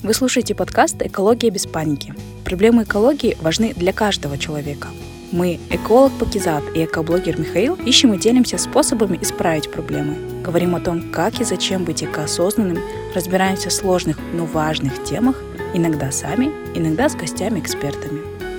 Вы слушаете подкаст «Экология без паники». Проблемы экологии важны для каждого человека. Мы, эколог Пакизат и экоблогер Михаил, ищем и делимся способами исправить проблемы. Говорим о том, как и зачем быть экоосознанным, разбираемся в сложных, но важных темах, иногда сами, иногда с гостями-экспертами.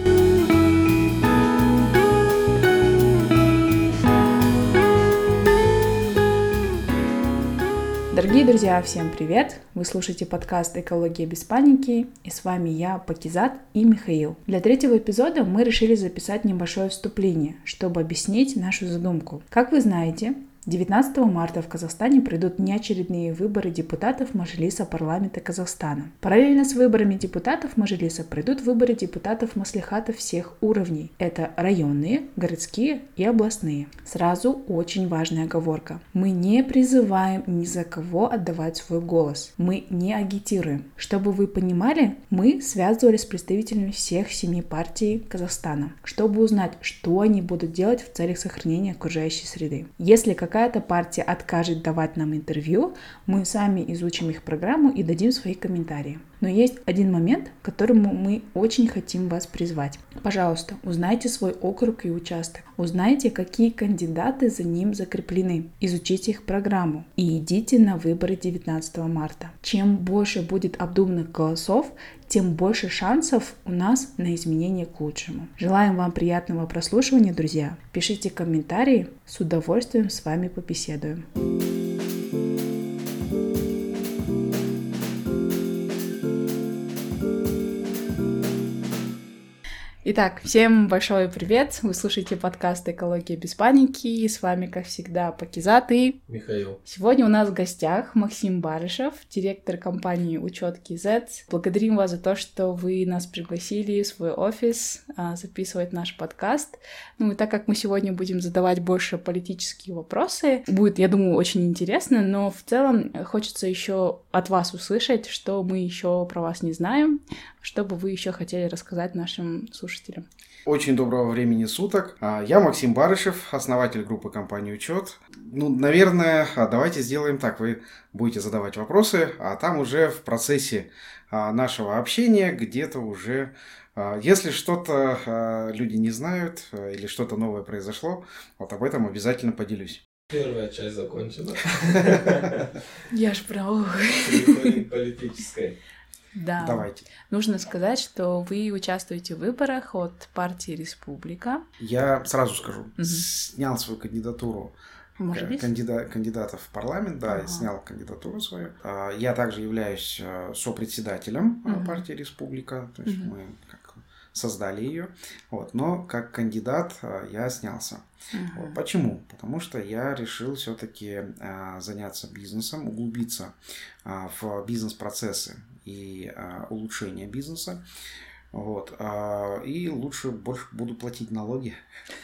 Дорогие друзья, всем привет! Вы слушаете подкаст «Экология без паники», и с вами я, Пакизат и Михаил. Для третьего эпизода мы решили записать небольшое вступление, чтобы объяснить нашу задумку. Как вы знаете, 19 марта в Казахстане пройдут неочередные выборы депутатов Мажилиса парламента Казахстана. Параллельно с выборами депутатов Мажилиса пройдут выборы депутатов маслихата всех уровней. Это районные, городские и областные. Сразу очень важная оговорка. Мы не призываем ни за кого отдавать свой голос. Мы не агитируем. Чтобы вы понимали, мы связывались с представителями всех 7 партий Казахстана, чтобы узнать, что они будут делать в целях сохранения окружающей среды. Если какая-то партия откажет давать нам интервью, мы сами изучим их программу и дадим свои комментарии. Но есть один момент, к которому мы очень хотим вас призвать. Пожалуйста, узнайте свой округ и участок. Узнайте, какие кандидаты за ним закреплены. Изучите их программу и идите на выборы 19 марта. Чем больше будет обдуманных голосов, тем больше шансов у нас на изменение к лучшему. Желаем вам приятного прослушивания, друзья. Пишите комментарии, с удовольствием с вами побеседуем. Итак, всем большой привет! Вы слушаете подкаст «Экология без паники». И с вами, как всегда, Пакизат и Михаил. Сегодня у нас в гостях Максим Барышев, директор компании «Учет КЗ». Благодарим вас за то, что вы нас пригласили в свой офис записывать наш подкаст. Ну и так как мы сегодня будем задавать больше политические вопросы, будет, я думаю, очень интересно, но в целом хочется еще от вас услышать, что мы еще про вас не знаем, что бы вы еще хотели рассказать нашим слушателям. Очень доброго времени суток. Я Максим Барышев, основатель группы компании «Учет». Наверное, давайте сделаем так. Вы будете задавать вопросы, а там уже в процессе нашего общения где-то уже, если что-то люди не знают или что-то новое произошло, вот об этом обязательно поделюсь. Первая часть закончена. Я ж прям... Переходим к политической. Да. Давайте. Нужно сказать, что вы участвуете в выборах от партии «Республика». Я сразу скажу, снял свою кандидатуру кандидата в парламент, да, я снял кандидатуру свою. Я также являюсь сопредседателем партии «Республика», то есть мы создали ее, вот, но как кандидат я снялся. Вот. Почему? Потому что я решил все-таки заняться бизнесом, углубиться в бизнес-процессы и улучшение бизнеса. Вот. И больше буду платить налоги.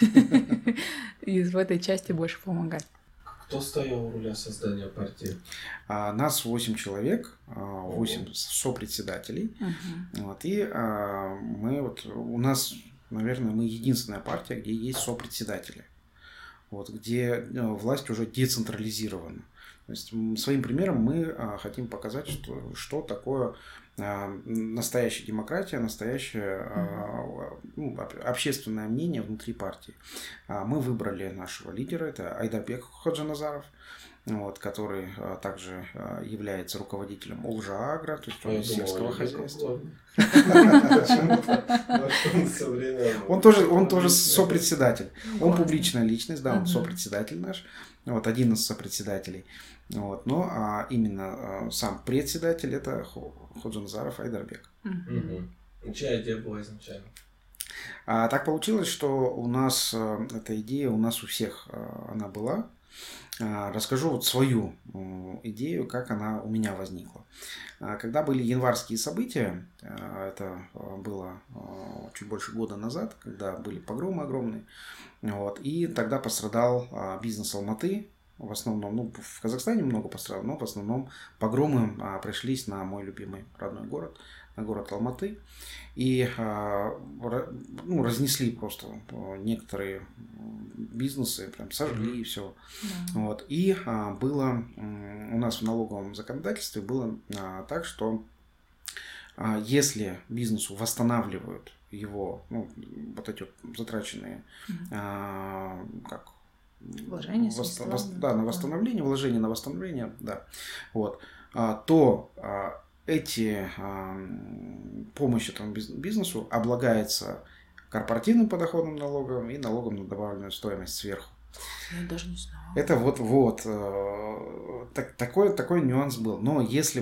И в этой части больше помогать. Кто стоял у руля создания партии? Нас 8 человек, 8 сопредседателей. Вот, и у нас, наверное, мы единственная партия, где есть сопредседатели. Вот, где власть уже децентрализирована. То есть своим примером мы хотим показать, что такое настоящая демократия, настоящее общественное мнение внутри партии. Мы выбрали нашего лидера, это Айдарбек Ходжаназаров, вот, который также является руководителем Олжаагро, то есть он сельского хозяйства. Он тоже сопредседатель. Он публичная личность, да, он сопредседатель наш, вот, один из сопредседателей. Вот, но именно сам председатель это Ходжаназаров Айдарбек. Чья идея была изначально? Так получилось, что у нас эта идея, у нас у всех она была. Расскажу вот свою идею, как она у меня возникла. Когда были январские события, это было чуть больше года назад, когда были погромы огромные, вот, и тогда пострадал бизнес Алматы. В основном, в Казахстане много пострадало, но в основном погромы пришлись на мой любимый родной город, на город Алматы. И разнесли просто некоторые бизнесы, прям сожгли и все. Да. Вот. И было у нас в налоговом законодательстве было так, что если бизнесу восстанавливают его, вот эти вот затраченные вложения, на восстановление, вложения на восстановление, да, вот, то эти помощь этому бизнесу облагается корпоративным подоходным налогом и налогом на добавленную стоимость сверху. Я даже не знала. Это такой нюанс был. Но если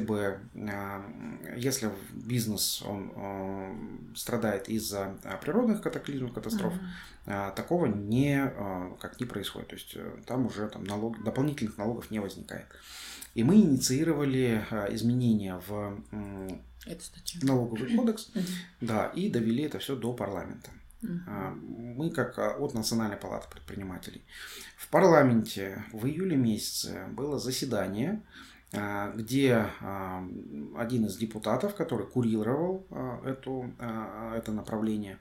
бизнес он страдает из-за природных катаклизмов, катастроф, такого не происходит. То есть там уже дополнительных налогов не возникает. И мы инициировали изменения в налоговый кодекс, да, и довели это все до парламента. Мы как от Национальной палаты предпринимателей. В парламенте в июле месяце было заседание, где один из депутатов, который курировал это направление,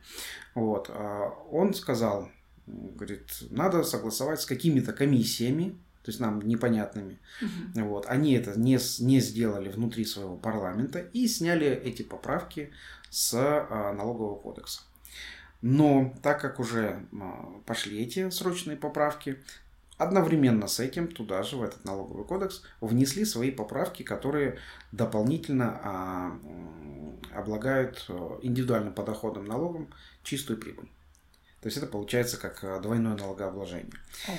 он сказал, говорит, надо согласовать с какими-то комиссиями, то есть нам непонятными. Они это не сделали внутри своего парламента и сняли эти поправки с налогового кодекса. Но так как уже пошли эти срочные поправки, одновременно с этим туда же, в этот налоговый кодекс, внесли свои поправки, которые дополнительно облагают индивидуальным подоходным налогом чистую прибыль. То есть это получается как двойное налогообложение.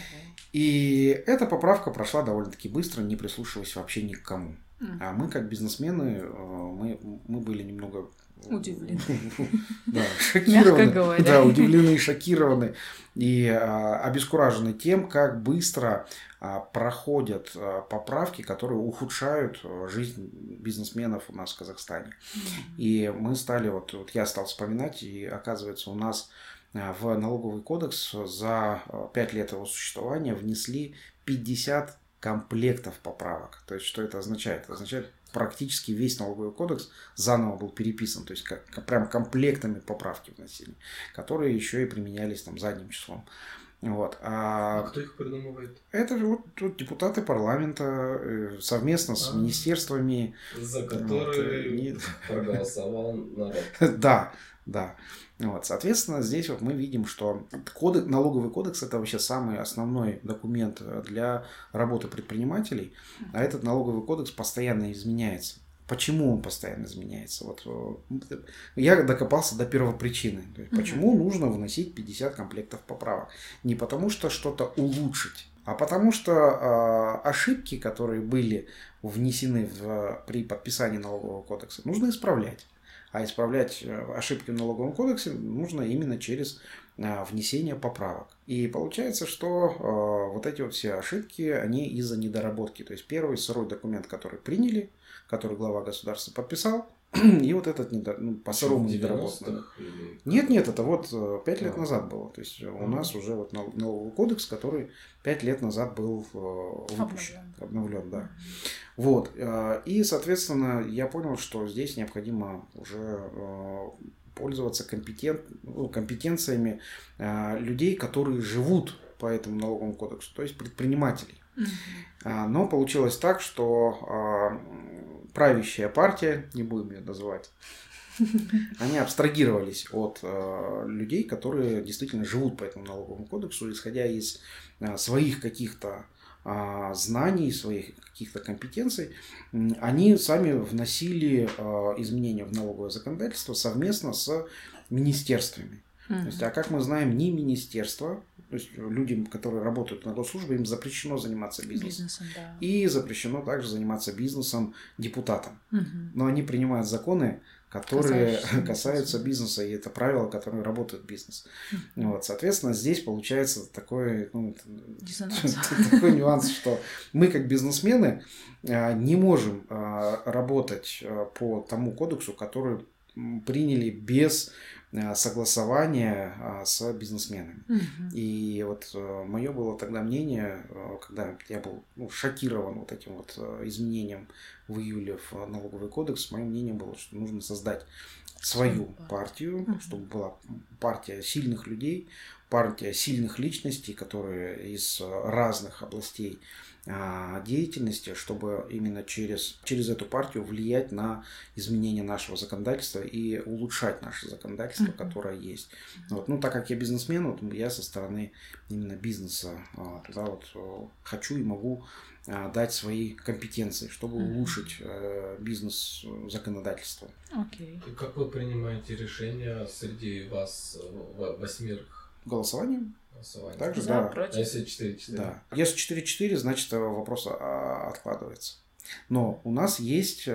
И эта поправка прошла довольно-таки быстро, не прислушиваясь вообще ни к кому. А мы, как бизнесмены, мы были немного удивлены. Да, шокированы. Да, удивлены и шокированы. И обескуражены тем, как быстро проходят поправки, которые ухудшают жизнь бизнесменов у нас в Казахстане. И мы стали, я стал вспоминать, и оказывается, у нас в налоговый кодекс за 5 лет его существования внесли 50 комплектов поправок. То есть, что это означает? Это означает, практически весь налоговый кодекс заново был переписан. То есть, прям комплектами поправки вносили, которые еще и применялись задним числом. А кто их придумывает? Это депутаты парламента совместно с министерствами. За которые проголосовал народ. Да. Соответственно, здесь мы видим, что налоговый кодекс – это вообще самый основной документ для работы предпринимателей, а этот налоговый кодекс постоянно изменяется. Почему он постоянно изменяется? Я докопался до первопричины. Почему нужно вносить 50 комплектов поправок? Не потому, что что-то улучшить, а потому что ошибки, которые были внесены при подписании налогового кодекса, нужно исправлять. А исправлять ошибки в налоговом кодексе нужно именно через внесение поправок. И получается, что эти все ошибки, они из-за недоработки. То есть первый сырой документ, который приняли, который глава государства подписал, и этот по сырому недоработанному. Нет, это 5 лет назад было. То есть у нас уже налоговый кодекс, который 5 лет назад был выпущен, обновлен, да. И, соответственно, я понял, что здесь необходимо уже пользоваться компетенциями людей, которые живут по этому налоговому кодексу, то есть предпринимателей. Но получилось так, что правящая партия, не будем ее называть, они абстрагировались от людей, которые действительно живут по этому налоговому кодексу, исходя из своих каких-то знаний, своих каких-то компетенций, они сами вносили изменения в налоговое законодательство совместно с министерствами. То есть, а как мы знаем, ни министерство, то есть людям, которые работают на госслужбе, им запрещено заниматься бизнесом. Да. И запрещено также заниматься бизнесом депутатам. Но они принимают законы, которые касаются бизнеса, и это правила, которые работают в бизнес. Соответственно, здесь получается такой нюанс, что мы, как бизнесмены, не можем работать по тому кодексу, который приняли без согласования с бизнесменами. И мое было тогда мнение, когда я был шокирован этим изменением в июле в налоговый кодекс, мое мнение было, что нужно создать свою партию, чтобы была партия сильных людей, партия сильных личностей, которые из разных областей деятельности, чтобы именно через эту партию влиять на изменение нашего законодательства и улучшать наше законодательство, которое есть. Вот. Ну, так как я бизнесмен, вот, я со стороны именно бизнеса туда вот хочу и могу дать свои компетенции, чтобы улучшить бизнес-законодательство. И как вы принимаете решения среди вас 8? Голосованием? Также, за, да. против. А если 4-4? Да. Если 4-4, значит вопрос откладывается. Но у нас есть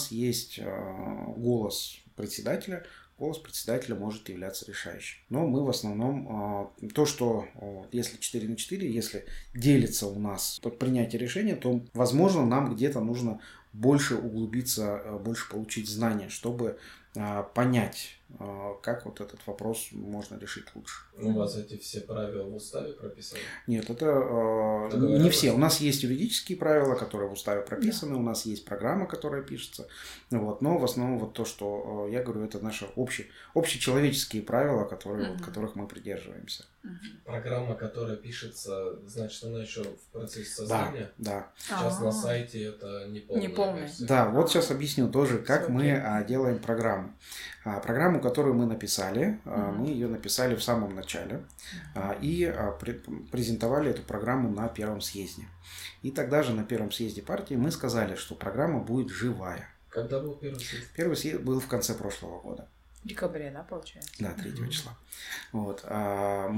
голос председателя. Голос председателя может являться решающим. Но мы в основном то, что если 4-4, если делится у нас принятие решения, то, возможно, нам где-то нужно больше углубиться, больше получить знания, чтобы понять, как вот этот вопрос можно решить лучше. У вас эти все правила в уставе прописаны? Нет, это не все. У нас есть юридические правила, которые в уставе прописаны, у нас есть программа, которая пишется. Вот. Но в основном вот то, что я говорю, это наши общечеловеческие правила, которых мы придерживаемся. Программа, которая пишется, значит, она еще в процессе создания? Да. Сейчас на сайте это не полная версия. Да, вот сейчас объясню тоже, как мы делаем программу. Программу, которую мы написали, мы ее написали в самом начале и презентовали эту программу на первом съезде. И тогда же на первом съезде партии мы сказали, что программа будет живая. Когда был первый съезд? Первый съезд был в конце прошлого года. В декабре, да, получается? Да, 3 числа. Вот. А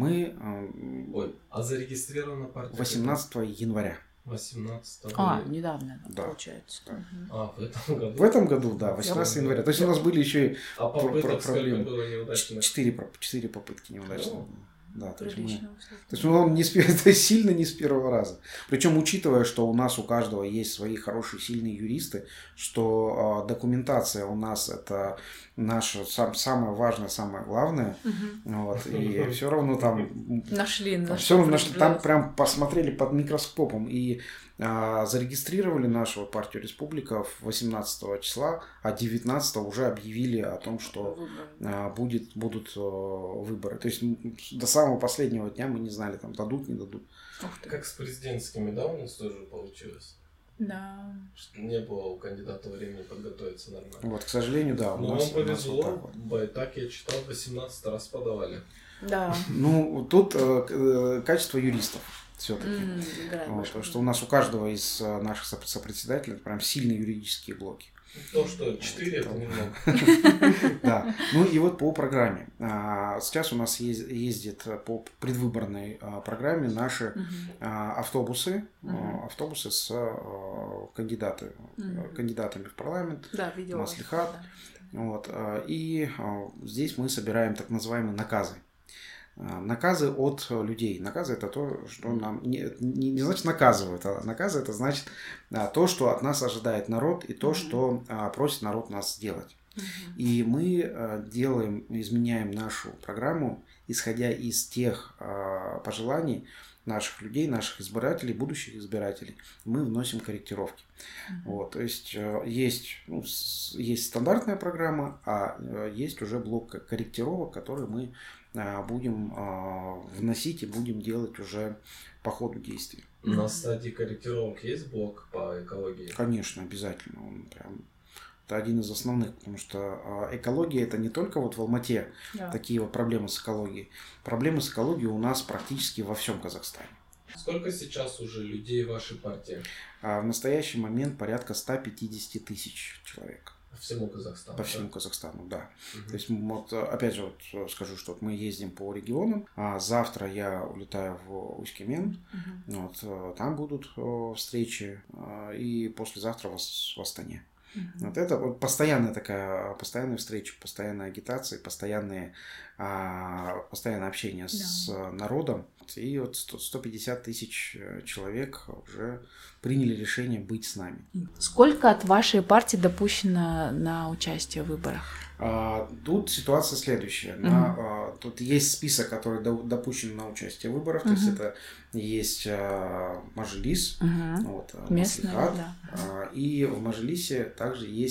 зарегистрирована партия? 18 января. 18 недавно, да, получается. Да. В этом году? В этом году, да, 18 января. То есть у нас были еще и проблемы. Было неудачных? 4 попытки неудачных. Да, то есть он сильно не с первого раза. Причем, учитывая, что у нас у каждого есть свои хорошие, сильные юристы, что документация у нас это наше самое важное, самое главное. Вот, и все равно там там прям посмотрели под микроскопом и зарегистрировали нашу партию «Республика» 18 числа, а 19 уже объявили о том, что будут выборы. То есть до самого последнего дня мы не знали, там дадут, не дадут. Как с президентскими, да, у нас тоже получилось? Да. Что не было у кандидата времени подготовиться нормально. Вот, к сожалению, да. Но вам повезло, так я читал, 18 раз подавали. Да. Ну, тут качество юристов. Все-таки. Потому что у нас у каждого из наших сопредседателей прям сильные юридические блоки. То, что 4 это немного. Да. Ну и вот по программе. Сейчас у нас ездят по предвыборной программе наши автобусы с кандидатами в парламент, маслихат. Вот. И здесь мы собираем так называемые наказы. Наказы от людей. Наказы это то, что нам не значит наказывают, а наказы это значит то, что от нас ожидает народ и то, что просит народ нас сделать. И мы изменяем нашу программу, исходя из тех пожеланий наших людей, наших избирателей, будущих избирателей, мы вносим корректировки. Вот, то есть есть стандартная программа, а есть уже блок корректировок, которые мы будем вносить и будем делать уже по ходу действий. На стадии корректировок есть блок по экологии? Конечно, обязательно. Это один из основных, потому что экология это не только вот в Алмате такие вот проблемы с экологией. Проблемы с экологией у нас практически во всем Казахстане. Сколько сейчас уже людей в вашей партии? В настоящий момент порядка 150 тысяч человек. По всему Казахстану? По всему Казахстану, да. То есть, вот, опять же, вот, скажу, что мы ездим по регионам. Завтра я улетаю в Усть-Кемень. Вот, там будут встречи. И послезавтра в Астане. Вот это вот постоянная встреча, постоянная агитация, постоянное общение с народом. И вот 150 тысяч человек уже приняли решение быть с нами. Сколько от вашей партии допущено на участие в выборах? Тут ситуация следующая. Тут есть список, который допущен на участие в выборах. То есть это есть Мажилис, местный, маслихат, и в Мажилисе также есть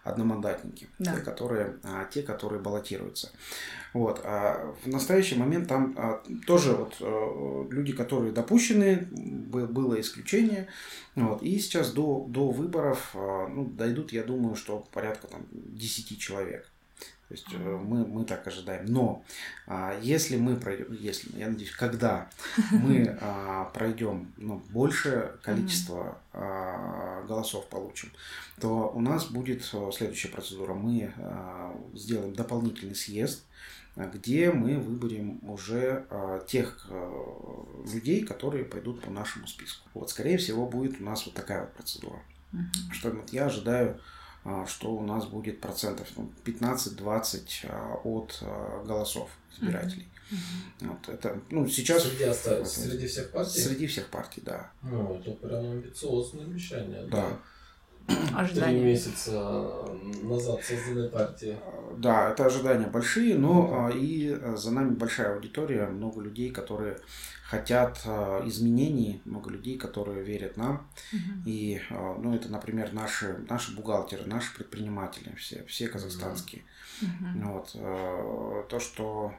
одномандатники, да. те, которые баллотируются. Вот. А в настоящий момент там тоже люди, которые допущены, было исключение. Вот. И сейчас до выборов дойдут, я думаю, что порядка 10 человек. То есть мы так ожидаем. Но если мы пройдем, я надеюсь, когда мы пройдем большее количество голосов получим, то у нас будет следующая процедура. Мы сделаем дополнительный съезд, где мы выберем уже тех людей, которые пойдут по нашему списку. Вот, скорее всего, будет у нас вот такая вот процедура. Что я ожидаю, что у нас будет процентов 15-20 от голосов избирателей. Вот, это, сейчас... Среди всех партий? Среди всех партий, да. Это прям амбициозное обещание. Да. 3 месяца назад созданной партии. Да, это ожидания большие, но и за нами большая аудитория, много людей, которые хотят изменений, много людей, которые верят нам. И, это, например, наши бухгалтеры, наши предприниматели, все казахстанские. Вот, то, что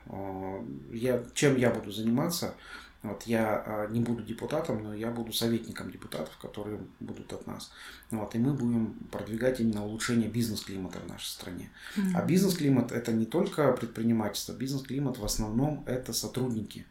чем я буду заниматься, я не буду депутатом, но я буду советником депутатов, которые будут от нас. Вот, и мы будем продвигать именно улучшение бизнес-климата в нашей стране. А бизнес-климат – это не только предпринимательство. Бизнес-климат в основном – это сотрудники.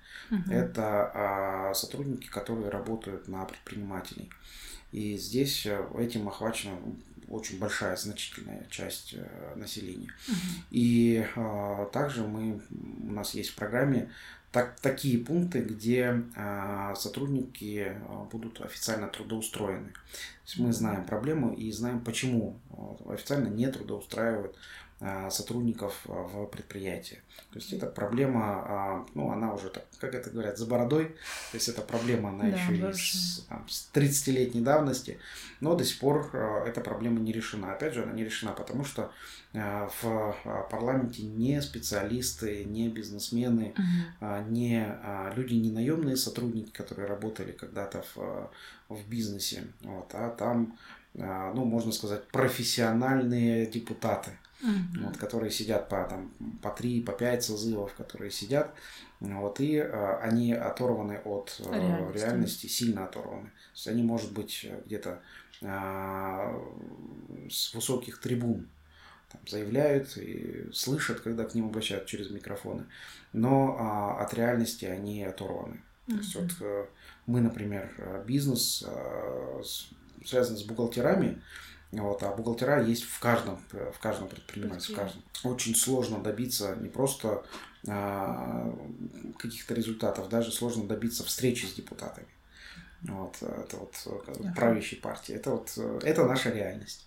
Это сотрудники, которые работают на предпринимателей. И здесь этим охвачена очень большая, значительная часть населения. И также у нас есть в программе такие пункты, где сотрудники будут официально трудоустроены. То есть мы знаем проблему и знаем, почему официально не трудоустраивают сотрудников в предприятии. То есть эта проблема, она уже, как это говорят, за бородой. То есть эта проблема, она еще с 30-летней давности, но до сих пор эта проблема не решена. Опять же, она не решена, потому что в парламенте не специалисты, не бизнесмены, не люди, не наемные сотрудники, которые работали когда-то в бизнесе, а там, можно сказать, профессиональные депутаты. Которые сидят по 3, по 5 созывов, которые сидят, и они оторваны от реальности, сильно оторваны. То есть они, может быть, где-то с высоких трибун заявляют и слышат, когда к ним обращают через микрофоны, но от реальности они оторваны. То есть мы, например, бизнес связан с бухгалтерами. А бухгалтера есть в каждом предпринимательстве, в каждом. Очень сложно добиться не просто каких-то результатов, даже сложно добиться встречи с депутатами. Это правящей партии. Это наша реальность.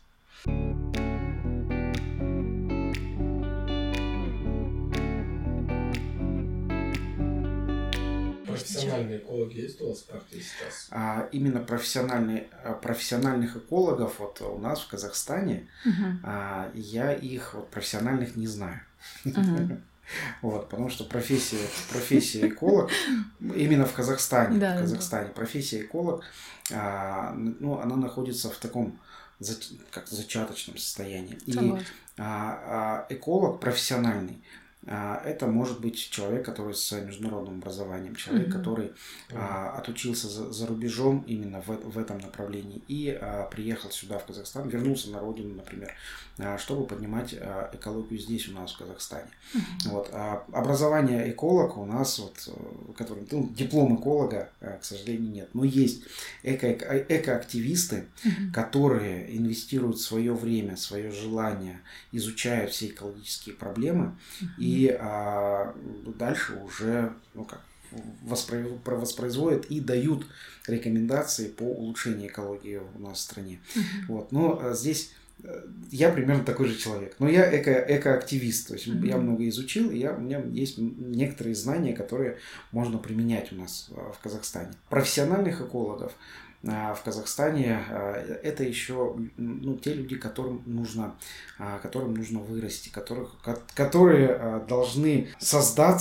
Профессиональные экологи есть у вас в партии сейчас? Именно профессиональных экологов у нас в Казахстане, я их профессиональных не знаю. Потому что профессия эколог именно в Казахстане, профессия эколог, она находится в таком зачаточном состоянии. И эколог профессиональный, это может быть человек, который с международным образованием, человек, который отучился за рубежом именно в этом направлении и приехал сюда, в Казахстан, вернулся на родину, например, чтобы поднимать экологию здесь у нас, в Казахстане. Образование эколог у нас, который, диплом эколога, к сожалению, нет. Но есть экоактивисты, которые инвестируют свое время, свое желание, изучают все экологические проблемы и дальше уже воспроизводят и дают рекомендации по улучшению экологии у нас в стране. Но здесь я примерно такой же человек. Но я экоактивист, то есть я много изучил, и у меня есть некоторые знания, которые можно применять у нас в Казахстане. Профессиональных экологов в Казахстане это еще те люди, которым нужно вырасти, которые должны создаться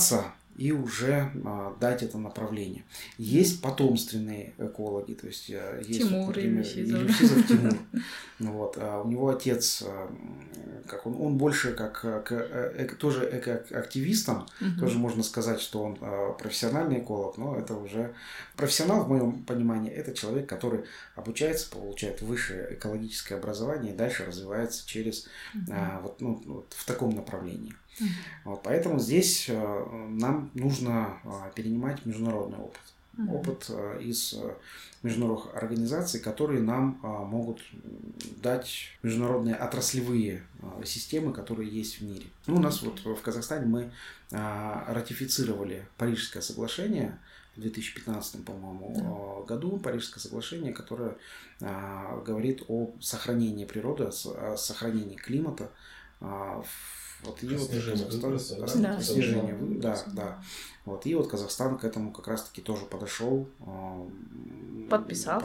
и уже дать это направление. Есть потомственные экологи, то есть есть, Тимур Ильюсизов Тимур. Вот. У него отец, как он больше как тоже экоактивистом, тоже можно сказать, что он профессиональный эколог, но это уже профессионал, в моем понимании, это человек, который обучается, получает высшее экологическое образование и дальше развивается через в таком направлении. Вот, поэтому здесь нам нужно перенимать международный опыт. Опыт из международных организаций, которые нам могут дать международные отраслевые системы, которые есть в мире. У нас вот в Казахстане мы ратифицировали Парижское соглашение в 2015, по-моему, году. Парижское соглашение, которое говорит о сохранении природы, о сохранении климата. Вот, и снижение, да. Вот, и вот Казахстан к этому как раз-таки тоже подошел, подписал,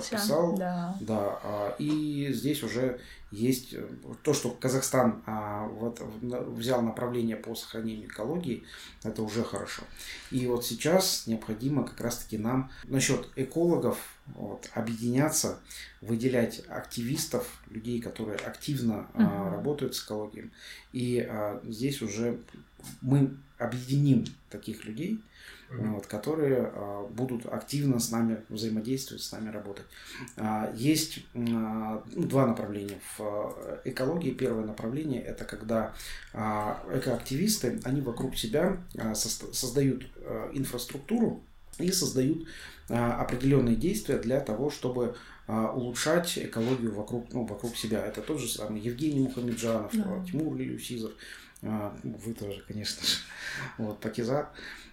да. И здесь уже есть то, что Казахстан взял направление по сохранению экологии, это уже хорошо. И вот сейчас необходимо как раз-таки нам насчет экологов объединяться, выделять активистов, людей, которые активно работают с экологией. И здесь уже мы объединим таких людей, которые будут активно с нами взаимодействовать, с нами работать. Есть два направления в экологии. Первое направление – это когда экоактивисты, они вокруг себя создают инфраструктуру и создают определенные действия для того, чтобы улучшать экологию вокруг себя. Это тот же самый Евгений Мухамеджанов, Тимур Ильюсизов, вы тоже, конечно же, Пакизат.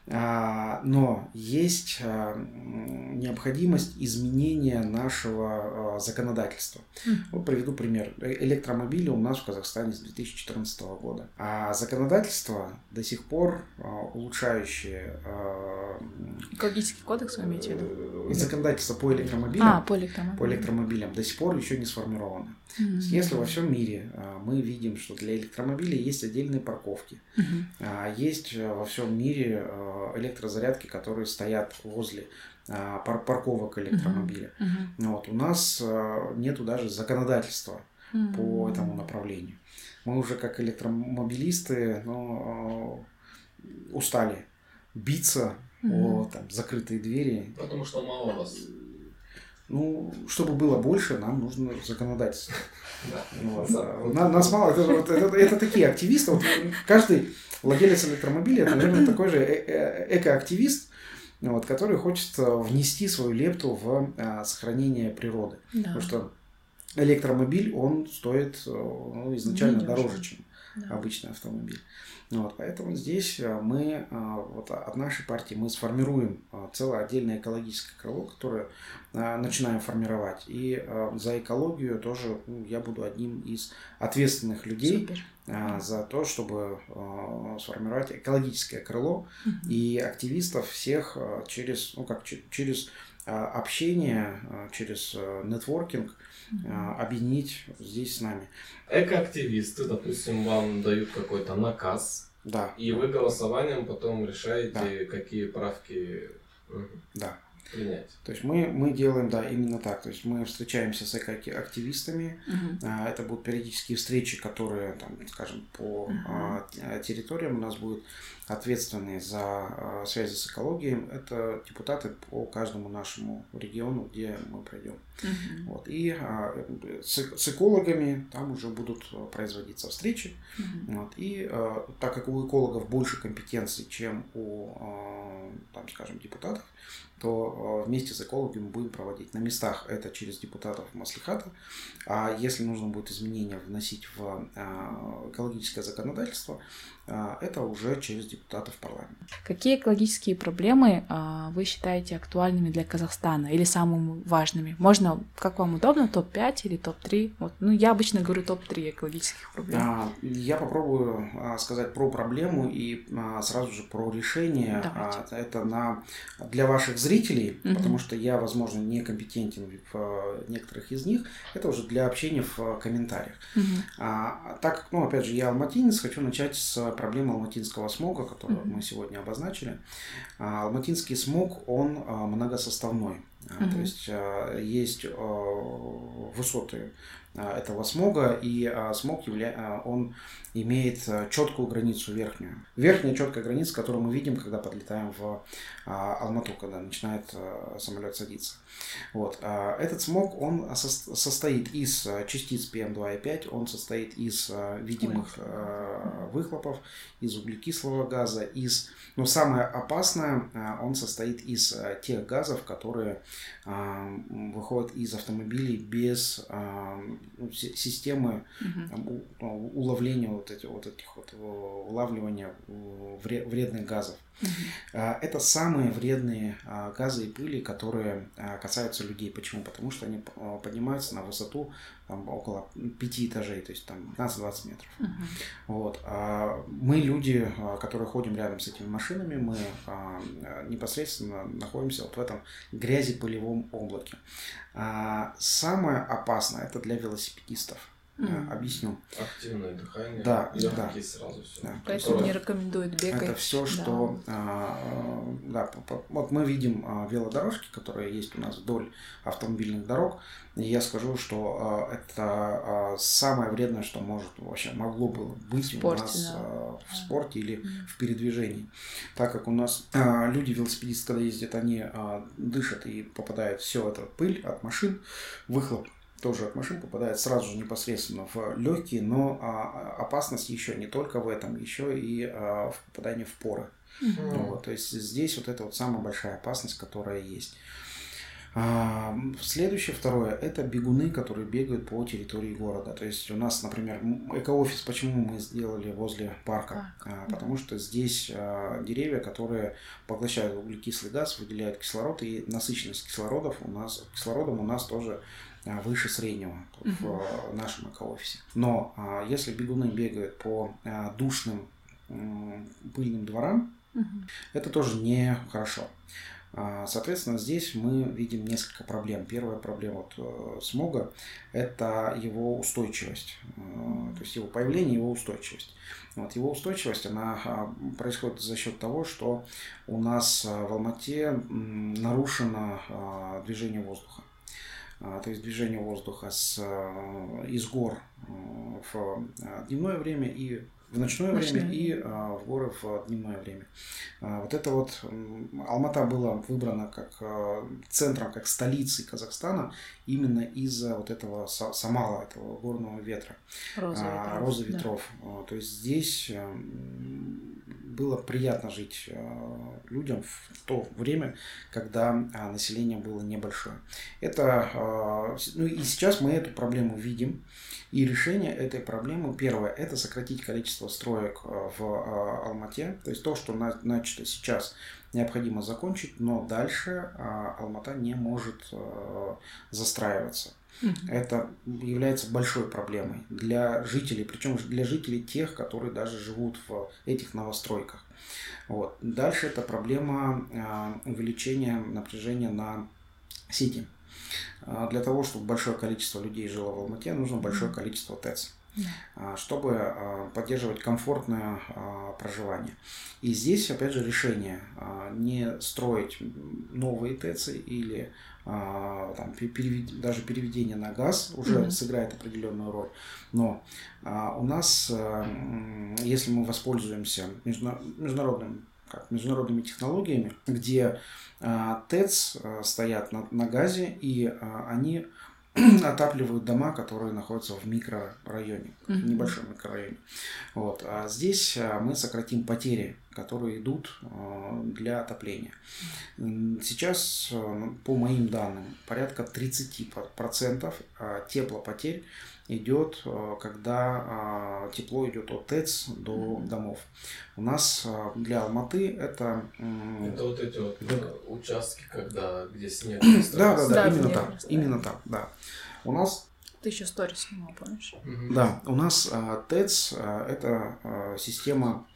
Но есть необходимость изменения нашего законодательства. Вот приведу пример. Электромобили у нас в Казахстане с 2014 года. А законодательство до сих пор улучшающее... Экологический кодекс вы имеете в виду? Законодательство по электромобилям, по электромобилям до сих пор еще не сформировано. Если во всем мире мы видим, что для электромобилей есть отдельные парковки, есть во всем мире электрозарядки, которые стоят возле парковок электромобиля. Вот, у нас нету даже законодательства по этому направлению. Мы уже как электромобилисты устали биться о закрытые двери. Потому что мало вас. Чтобы было больше, нам нужно законодательство. Нас мало. Это такие активисты. Вот каждый владелец электромобиля, это, наверное, такой же экоактивист, который хочет внести свою лепту в сохранение природы. Потому что электромобиль, он стоит изначально дороже, чем обычный автомобиль. Поэтому здесь мы от нашей партии мы сформируем целое отдельное экологическое крыло, которое начинаем формировать. И за экологию тоже я буду одним из ответственных людей. За то, чтобы сформировать экологическое крыло и активистов всех через общение, через нетворкинг объединить здесь с нами. Экоактивисты, допустим, вам дают какой-то наказ, и вы голосованием потом решаете, какие правки принять. То есть мы делаем, именно так. То есть мы встречаемся с экоактивистами. Это будут периодические встречи, которые, скажем, по территориям у нас будут ответственные за связи с экологией. Это депутаты по каждому нашему региону, где мы пройдем. И с экологами там уже будут производиться встречи. И так как у экологов больше компетенций, чем у, скажем, депутатов, то вместе с экологами будем проводить. На местах это через депутатов маслихата, а если нужно будет изменения вносить в экологическое законодательство, это уже через депутатов парламента. Какие экологические проблемы вы считаете актуальными для Казахстана или самыми важными? Можно, как вам удобно, топ-5 или топ-3? Я обычно говорю топ-3 экологических проблем. Я попробую сказать про проблему и сразу же про решение. Давайте. Это для ваших зрителей, потому что я, возможно, некомпетентен в некоторых из них. Это уже для общения в комментариях. Так как, опять же, я алматинец, хочу начать с проблемы алматинского смога, смога, который мы сегодня обозначили. Алматинский смог, он многосоставной. То есть есть высоты этого смога, и смог он имеет четкую границу верхнюю. Верхняя четкая граница, которую мы видим, когда подлетаем в Алмату, когда начинает самолет садиться. Вот. Этот смог, он состоит из частиц PM2,5, он состоит из видимых выхлопов, из углекислого газа, но самое опасное, он состоит из тех газов, которые выходят из автомобилей без системы уловления улавливания вредных газов. Это самые вредные газы и пыли, которые касаются людей. Почему? Потому что они поднимаются на высоту около 5 этажей, то есть 15-20 метров. Вот. Мы, люди, которые ходим рядом с этими машинами, мы непосредственно находимся в этом грязи-пылевом облаке. Самое опасное это для велосипедистов. Объясню. Активное дыхание. Да, легкие сразу все. Да. Поэтому не рекомендуют бегать. Это все, что... вот мы видим велодорожки, которые есть у нас вдоль автомобильных дорог. И я скажу, что это самое вредное, что могло бы быть у нас в спорте или в передвижении. Так как у нас люди-велосипедисты, когда ездят, они дышат и попадает все это пыль от машин, выхлоп тоже от машин попадает сразу же непосредственно в легкие, но опасность еще не только в этом, еще и в попадании в поры. Вот, то есть здесь вот это вот самая большая опасность, которая есть. Следующее, второе, это бегуны, которые бегают по территории города. То есть у нас, например, экоофис, почему мы сделали возле парка? Потому что здесь деревья, которые поглощают углекислый газ, выделяют кислород, и насыщенность кислородом у нас тоже выше среднего в нашем экоофисе. Но если бегуны бегают по душным пыльным дворам, это тоже нехорошо. Соответственно, здесь мы видим несколько проблем. Первая проблема смога – это его устойчивость, то есть его появление, его устойчивость. Вот, его устойчивость она происходит за счет того, что у нас в Алмате нарушено движение воздуха. То есть движение воздуха из гор в дневное время и в ночное время и в горы в дневное время. Вот это вот Алмата была выбрана как центром, как столицей Казахстана именно из-за вот этого самала, этого горного ветра, розы ветров. Да. То есть здесь было приятно жить людям в то время, когда население было небольшое. Это, и сейчас мы эту проблему видим. И решение этой проблемы, первое, это сократить количество строек в Алмате. То есть то, что начато сейчас, необходимо закончить, но дальше Алмата не может застраиваться. Это является большой проблемой для жителей, причем для жителей тех, которые даже живут в этих новостройках. Вот. Дальше это проблема увеличения напряжения на сети. Для того, чтобы большое количество людей жило в Алмате, нужно большое количество ТЭЦ, чтобы поддерживать комфортное проживание. И здесь, опять же, решение не строить новые ТЭЦы или даже переведение на газ уже сыграет определенную роль. Но у нас, если мы воспользуемся международными технологиями, где ТЭЦ стоят на газе, и они отапливают дома, которые находятся в микрорайоне, в небольшом микрорайоне. Вот. А здесь мы сократим потери, которые идут для отопления. Сейчас, по моим данным, порядка 30% теплопотерь идет, когда тепло идет от ТЭЦ до домов. У нас для Алматы это... Это вот эти вот участки, где снег. Да, именно так, да. У нас... Ты еще сторис снимал, помнишь? Да, у нас ТЭЦ это система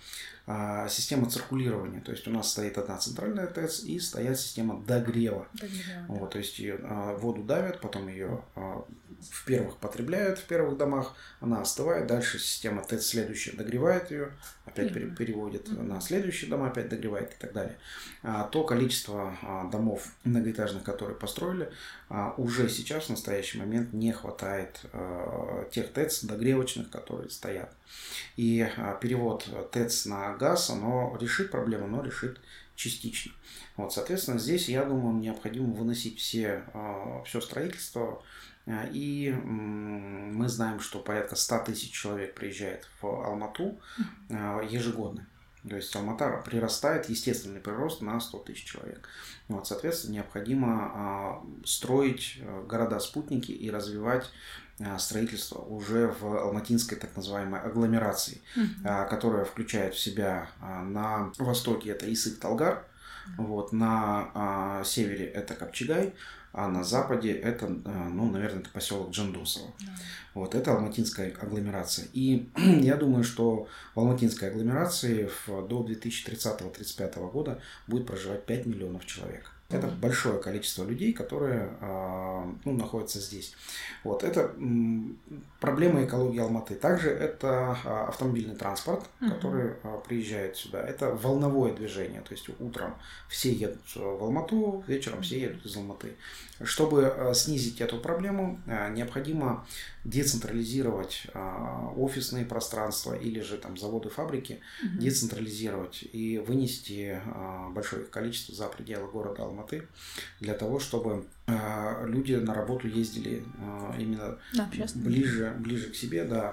система циркулирования. То есть у нас стоит одна центральная ТЭЦ и стоит система догрева. Вот, то есть воду давят, потом ее в-первых потребляют в первых домах, она остывает, дальше система ТЭЦ следующая догревает ее, опять переводит на следующие дома, опять догревает и так далее. То количество домов многоэтажных, которые построили, уже сейчас в настоящий момент не хватает тех ТЭЦ догревочных, которые стоят. И перевод ТЭЦ на газ, оно решит проблему, но решит частично. Вот, соответственно, здесь, я думаю, необходимо выносить все строительство. И мы знаем, что порядка 100 тысяч человек приезжает в Алмату ежегодно. То есть Алмата прирастает, естественный прирост на 100 тысяч человек. Вот, соответственно, необходимо строить города-спутники и развивать строительство уже в алматинской так называемой агломерации, которая включает в себя на востоке это Исык-Талгар, вот, на севере это Капчагай, а на западе это, наверное, это поселок Джандусово. Вот, это алматинская агломерация. И я думаю, что в алматинской агломерации до 2030-2035 года будет проживать 5 миллионов человек. Это большое количество людей, которые находятся здесь. Вот, это проблема экологии Алматы. Также это автомобильный транспорт, который приезжает сюда. Это волновое движение. То есть утром все едут в Алмату, вечером все едут из Алматы. Чтобы снизить эту проблему, необходимо децентрализировать офисные пространства или же там заводы, фабрики, децентрализировать и вынести большое их количество за пределы города Алматы для того, чтобы люди на работу ездили именно ближе к себе, да,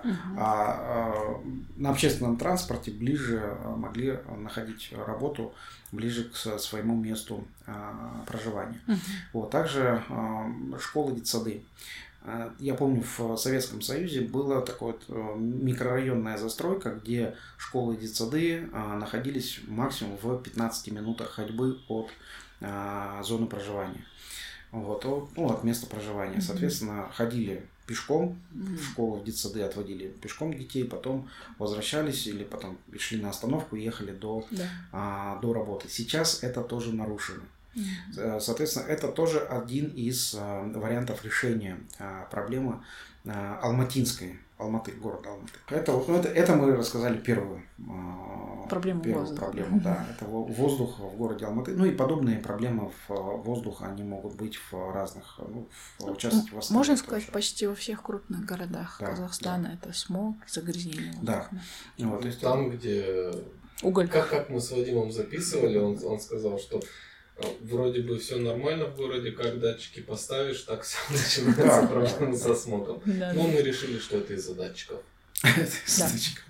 а на общественном транспорте ближе могли находить работу ближе к своему месту проживания. Вот, также школы, детсады. Я помню, в Советском Союзе была такая микрорайонная застройка, где школы и детсады находились максимум в 15 минутах ходьбы от зоны проживания. Вот, от места проживания. Соответственно, ходили пешком в школу, в детсады отводили пешком детей, потом возвращались или потом шли на остановку и ехали до работы. Сейчас это тоже нарушено. Соответственно, это тоже один из вариантов решения проблемы Алматы, города Алматы. Это мы рассказали первую проблему. Да, это воздух в городе Алматы. Ну и подобные проблемы воздуха, они могут быть в разных, в частности, в Астане. Можно сказать, почти во всех крупных городах Казахстана это смог, загрязнение воздуха. Да. Вот, то есть там, где уголь. Как мы с Вадимом записывали, он сказал, что вроде бы все нормально в городе, как датчики поставишь, так все начинается проблема со смогом. Но мы решили, что это из-за датчиков. Из-за датчиков.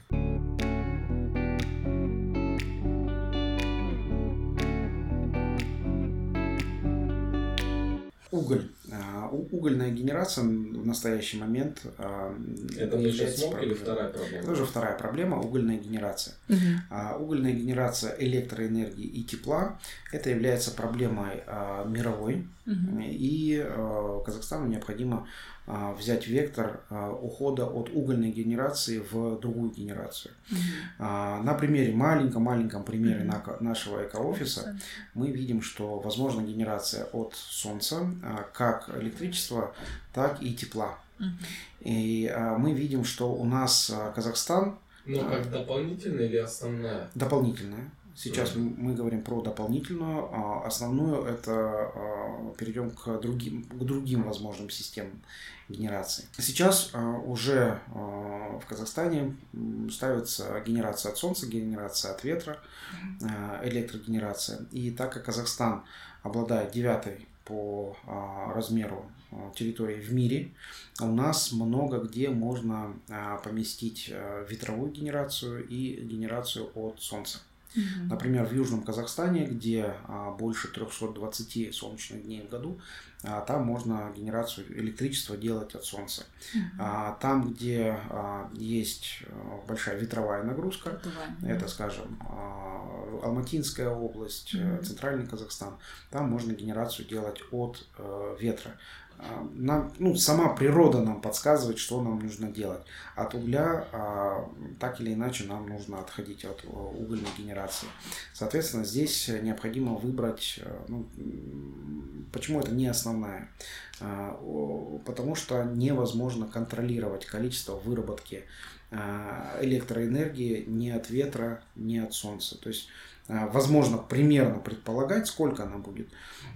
Уголь. Угольная генерация в настоящий момент... Это уже смог или вторая проблема? Это уже вторая проблема, угольная генерация. Угольная генерация электроэнергии и тепла, это является проблемой мировой. И Казахстану необходимо взять вектор ухода от угольной генерации в другую генерацию. На примере, маленьком примере нашего экоофиса мы видим, что возможна генерация от солнца, как электричества, так и тепла. И мы видим, что у нас Казахстан... Но как дополнительная или основная? Дополнительная. Сейчас мы говорим про дополнительную, основную это перейдем к другим возможным системам генерации. Сейчас уже в Казахстане ставится генерация от солнца, генерация от ветра, электрогенерация. И так как Казахстан обладает 9-й по размеру территории в мире, у нас много где можно поместить ветровую генерацию и генерацию от солнца. Например, в Южном Казахстане, где больше 320 солнечных дней в году, там можно генерацию электричества делать от солнца. Там, где есть большая ветровая нагрузка, это, скажем, Алматинская область, Центральный Казахстан, там можно генерацию делать от ветра. сама природа нам подсказывает, что нам нужно делать. От угля так или иначе нам нужно отходить от угольной генерации. Соответственно, здесь необходимо выбрать, почему это не основная? Потому что невозможно контролировать количество выработки электроэнергии ни от ветра, ни от солнца. То есть возможно примерно предполагать, сколько она будет.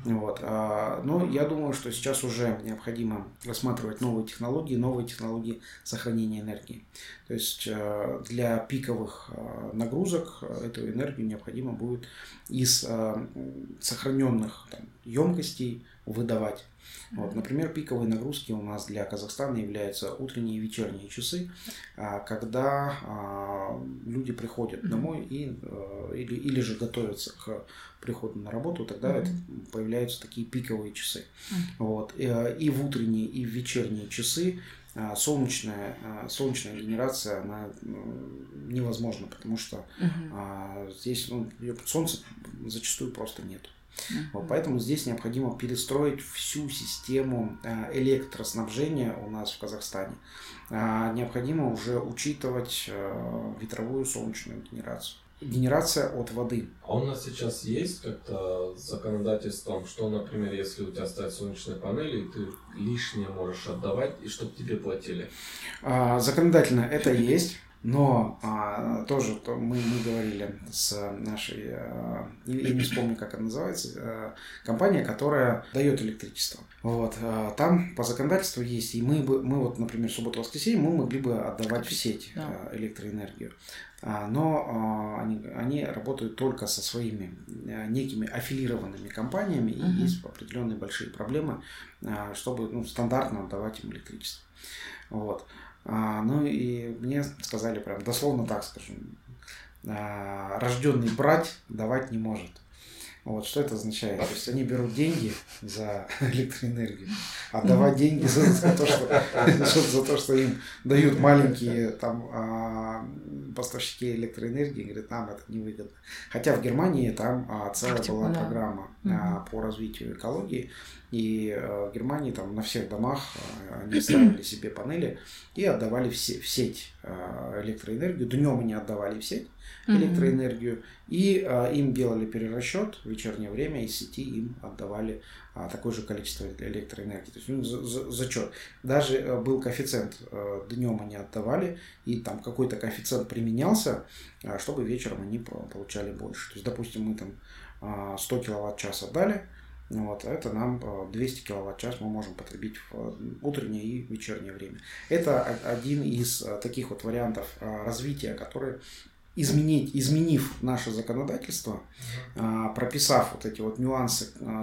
Но я думаю, что сейчас уже необходимо рассматривать новые технологии сохранения энергии. То есть для пиковых нагрузок эту энергию необходимо будет из сохраненных емкостей выдавать. Например, пиковые нагрузки у нас для Казахстана являются утренние и вечерние часы, когда люди приходят домой или же готовятся к приходу на работу, тогда это появляются такие пиковые часы. И в утренние, и в вечерние часы солнечная генерация она невозможна, потому что здесь солнца зачастую просто нет. Поэтому здесь необходимо перестроить всю систему электроснабжения у нас в Казахстане. Необходимо уже учитывать ветровую солнечную генерацию. Генерация от воды. А у нас сейчас есть как-то законодательством, что, например, если у тебя стоят солнечные панели, и ты лишнее можешь отдавать, и чтобы тебе платили? Законодательно это есть. Но тоже мы говорили с нашей, я не вспомню, как она называется, компания, которая дает электричество. Там по законодательству есть, и мы, например, в субботу-воскресенье мы могли бы отдавать в сеть электроэнергию. Но они работают только со своими некими аффилированными компаниями, и есть определенные большие проблемы, чтобы стандартно отдавать им электричество. И мне сказали прям дословно так скажем, рожденный брать давать не может. Что это означает? То есть они берут деньги за электроэнергию, отдавать деньги за то, что им дают маленькие поставщики электроэнергии, говорят, нам это невыгодно. Хотя в Германии там целая была программа по развитию экологии, и в Германии на всех домах они ставили себе панели и отдавали в сеть электроэнергию. Днем они отдавали в сеть электроэнергию, и им делали перерасчет в вечернее время, из сети им отдавали такое же количество электроэнергии. То есть зачет. Даже был коэффициент, днем они отдавали, и там какой-то коэффициент применялся, чтобы вечером они получали больше. То есть, допустим, мы 100 киловатт-час отдали, это нам 200 киловатт-час мы можем потребить в утреннее и вечернее время. Это один из таких вариантов развития, который изменив наше законодательство, прописав эти нюансы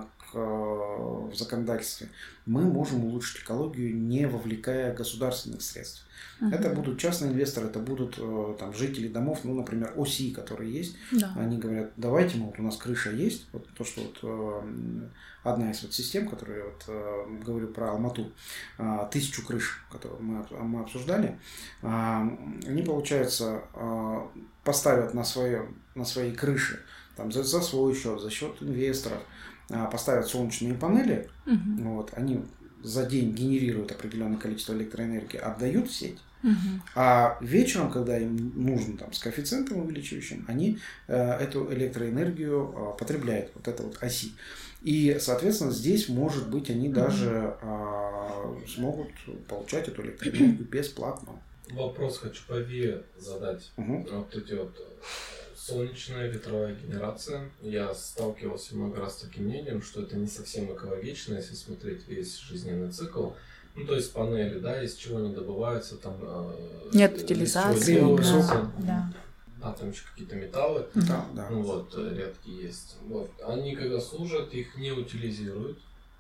в законодательстве, мы можем улучшить экологию, не вовлекая государственных средств. Это будут частные инвесторы, это будут жители домов, например, ОСИ, которые есть. Да. Они говорят, давайте, у нас крыша есть. То, что одна из систем, которую говорю про Алмату, 1000 крыш, которые мы обсуждали, они, получается, поставят на своей крыше за свой счет, за счет инвесторов, поставят солнечные панели, они за день генерируют определенное количество электроэнергии, отдают в сеть, а вечером, когда им нужно с коэффициентом увеличивающим, они эту электроэнергию потребляют, это оси. И, соответственно, здесь, может быть, они даже смогут получать эту электроэнергию бесплатно. Вопрос хочу по ВИЭ задать. Эти солнечная ветровая генерация. Я сталкивался много раз с таким мнением, что это не совсем экологично, если смотреть весь жизненный цикл. То есть панели, из чего они добываются, нет утилизации. Там еще какие-то металлы, редкие есть. Они когда служат, их не утилизируют.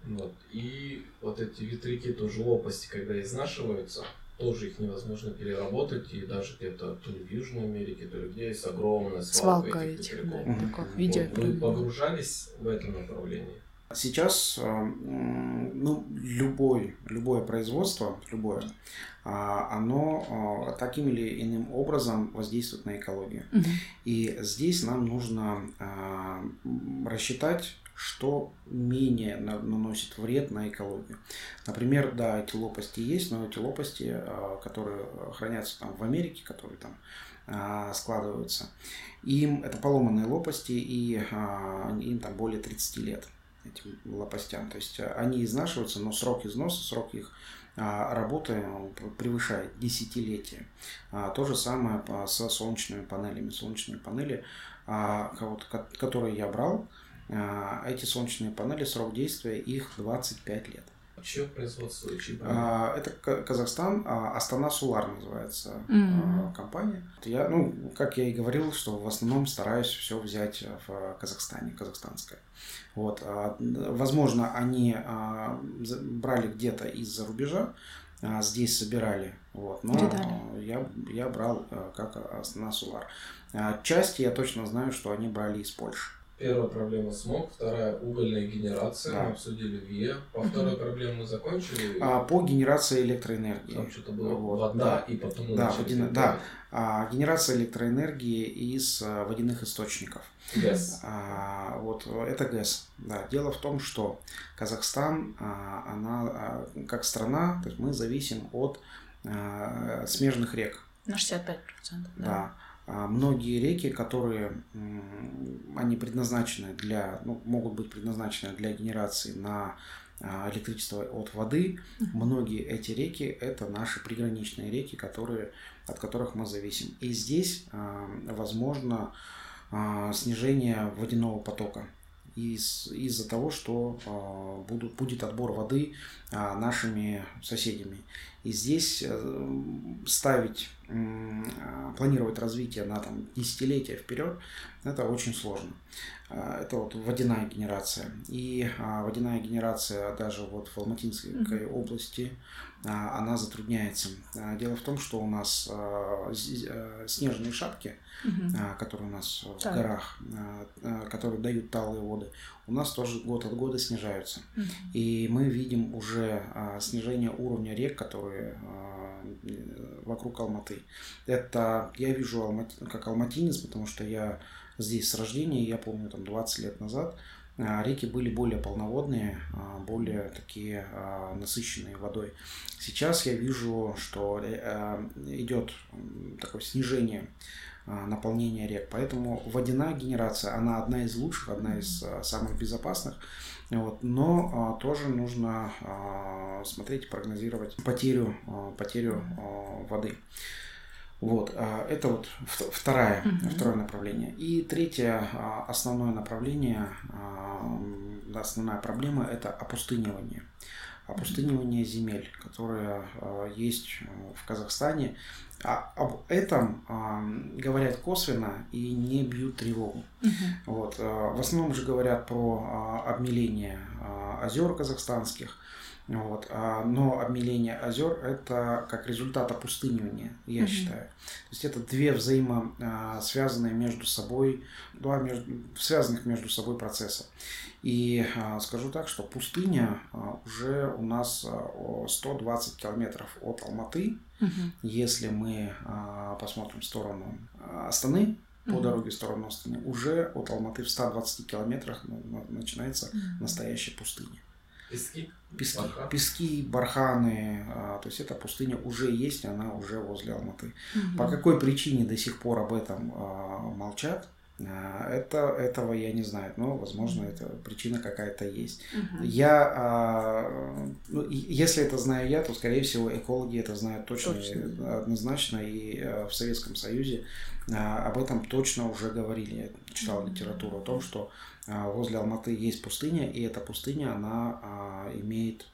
И эти ветряки тоже лопасти, когда изнашиваются, тоже их невозможно переработать, и даже где-то то ли в Южной Америке, то ли где есть огромная свалка этих ветряков. Вы погружались в это направление? Сейчас любое производство, оно таким или иным образом воздействует на экологию. И здесь нам нужно рассчитать, что менее наносит вред на экологию. Например, да, эти лопасти есть, но эти лопасти, которые хранятся там в Америке, которые там складываются, им это поломанные лопасти, и им там более 30 лет, этим лопастям. То есть они изнашиваются, но срок износа, срок их работы превышает десятилетия. То же самое со солнечными панелями. Солнечные панели, которые я брал, эти солнечные панели, срок действия их 25 лет. Чье производство? Это Казахстан, Астана Солар называется компания. Я, как я и говорил, что в основном стараюсь все взять в Казахстане, казахстанское. Вот. Возможно, они брали где-то из-за рубежа, здесь собирали, вот, но я брал как Астана Солар. Части я точно знаю, что они брали из Польши. Первая проблема смог, вторая угольная генерация, мы обсудили ВИА. По второй проблеме мы закончили. По генерации электроэнергии. Там что-то было вода, и потом генерация электроэнергии из водяных источников. ГЭС. Вот это ГЭС. Да. Дело в том, что Казахстан, она как страна, то есть мы зависим от смежных рек. На 65%. Да. Многие реки, которые они предназначены могут быть предназначены для генерации на электричество от воды, многие эти реки это наши приграничные реки, от которых мы зависим. И здесь возможно снижение водяного потока из-за того, что будет отбор воды нашими соседями. И здесь планировать развитие на десятилетия вперед, это очень сложно. Это вот водяная генерация. И водяная генерация даже вот в Алматинской области, она затрудняется. Дело в том, что у нас снежные шапки, которые у нас в горах, которые дают талые воды, у нас тоже год от года снижаются. И мы видим уже снижение уровня рек, которые вокруг Алматы. Это я вижу как алматинец, потому что я здесь с рождения, я помню, 20 лет назад реки были более полноводные, более такие насыщенные водой. Сейчас я вижу, что идет такое снижение наполнения рек. Поэтому водяная генерация, она одна из лучших, одна из самых безопасных. Вот. Но тоже нужно смотреть и прогнозировать потерю воды. Вот. Это вот второе направление. И третье основное направление, основная проблема – это опустынивание. Опустынивание земель, которое есть в Казахстане. Об этом говорят косвенно и не бьют тревогу. Вот. В основном же говорят про обмеление озер казахстанских. Вот. Но обмеление озер – это как результат опустынивания, я считаю. То есть это две взаимосвязанные между собой, связанных между собой процесса. И скажу так, что пустыня уже у нас 120 километров от Алматы. Если мы посмотрим в сторону Астаны, по дороге в сторону Астаны, уже от Алматы в 120 километрах начинается настоящая пустыня. Пески, барханы, то есть эта пустыня уже есть, она уже возле Алматы. По какой причине до сих пор об этом молчат, этого я не знаю, но, возможно, эта причина какая-то есть. Если это знаю я, то, скорее всего, экологи это знают точно. Однозначно, и в Советском Союзе об этом точно уже говорили. Я читал литературу о том, что возле Алматы есть пустыня, и эта пустыня, она имеет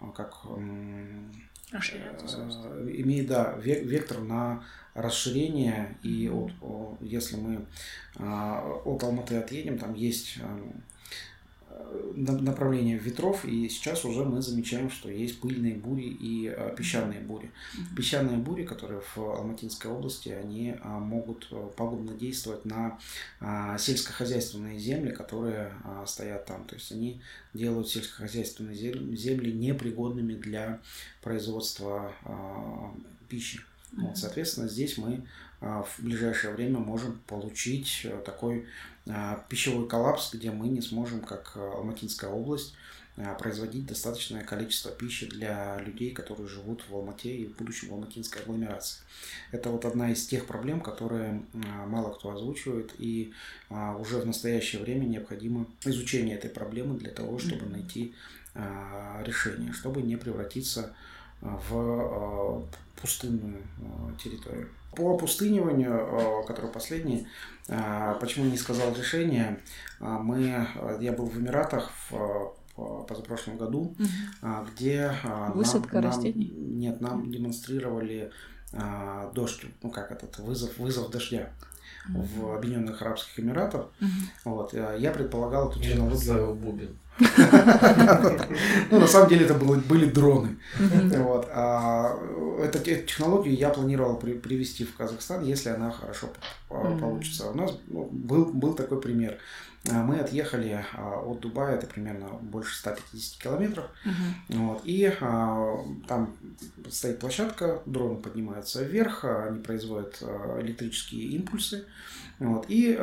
вектор на расширение, и если мы от Алматы отъедем, там есть направление ветров, и сейчас уже мы замечаем, что есть пыльные бури и песчаные бури. Песчаные бури, которые в Алматинской области, они могут пагубно действовать на сельскохозяйственные земли, которые стоят там. То есть они делают сельскохозяйственные земли непригодными для производства пищи. Вот, соответственно, здесь мы в ближайшее время можем получить такой пищевой коллапс, где мы не сможем, как Алматинская область, производить достаточное количество пищи для людей, которые живут в Алмате и в будущем в алматинской агломерации. Это вот одна из тех проблем, которые мало кто озвучивает, и уже в настоящее время необходимо изучение этой проблемы для того, чтобы найти решение, чтобы не превратиться в пустынную территорию. По опустыниванию, который последний, почему не сказал решение, я был в Эмиратах в позапрошлом году, где высадка растений? Нет, нам демонстрировали дождь, вызов дождя в Объединенных Арабских Эмиратах. Вот, я предполагал эту технологию. Ну, на самом деле это были дроны. Вот. Эту технологию я планировал привезти в Казахстан, если она хорошо получится. У нас был такой пример. Мы отъехали от Дубая, это примерно больше 150 километров. Вот, и там стоит площадка, дроны поднимаются вверх, они производят электрические импульсы. Вот, и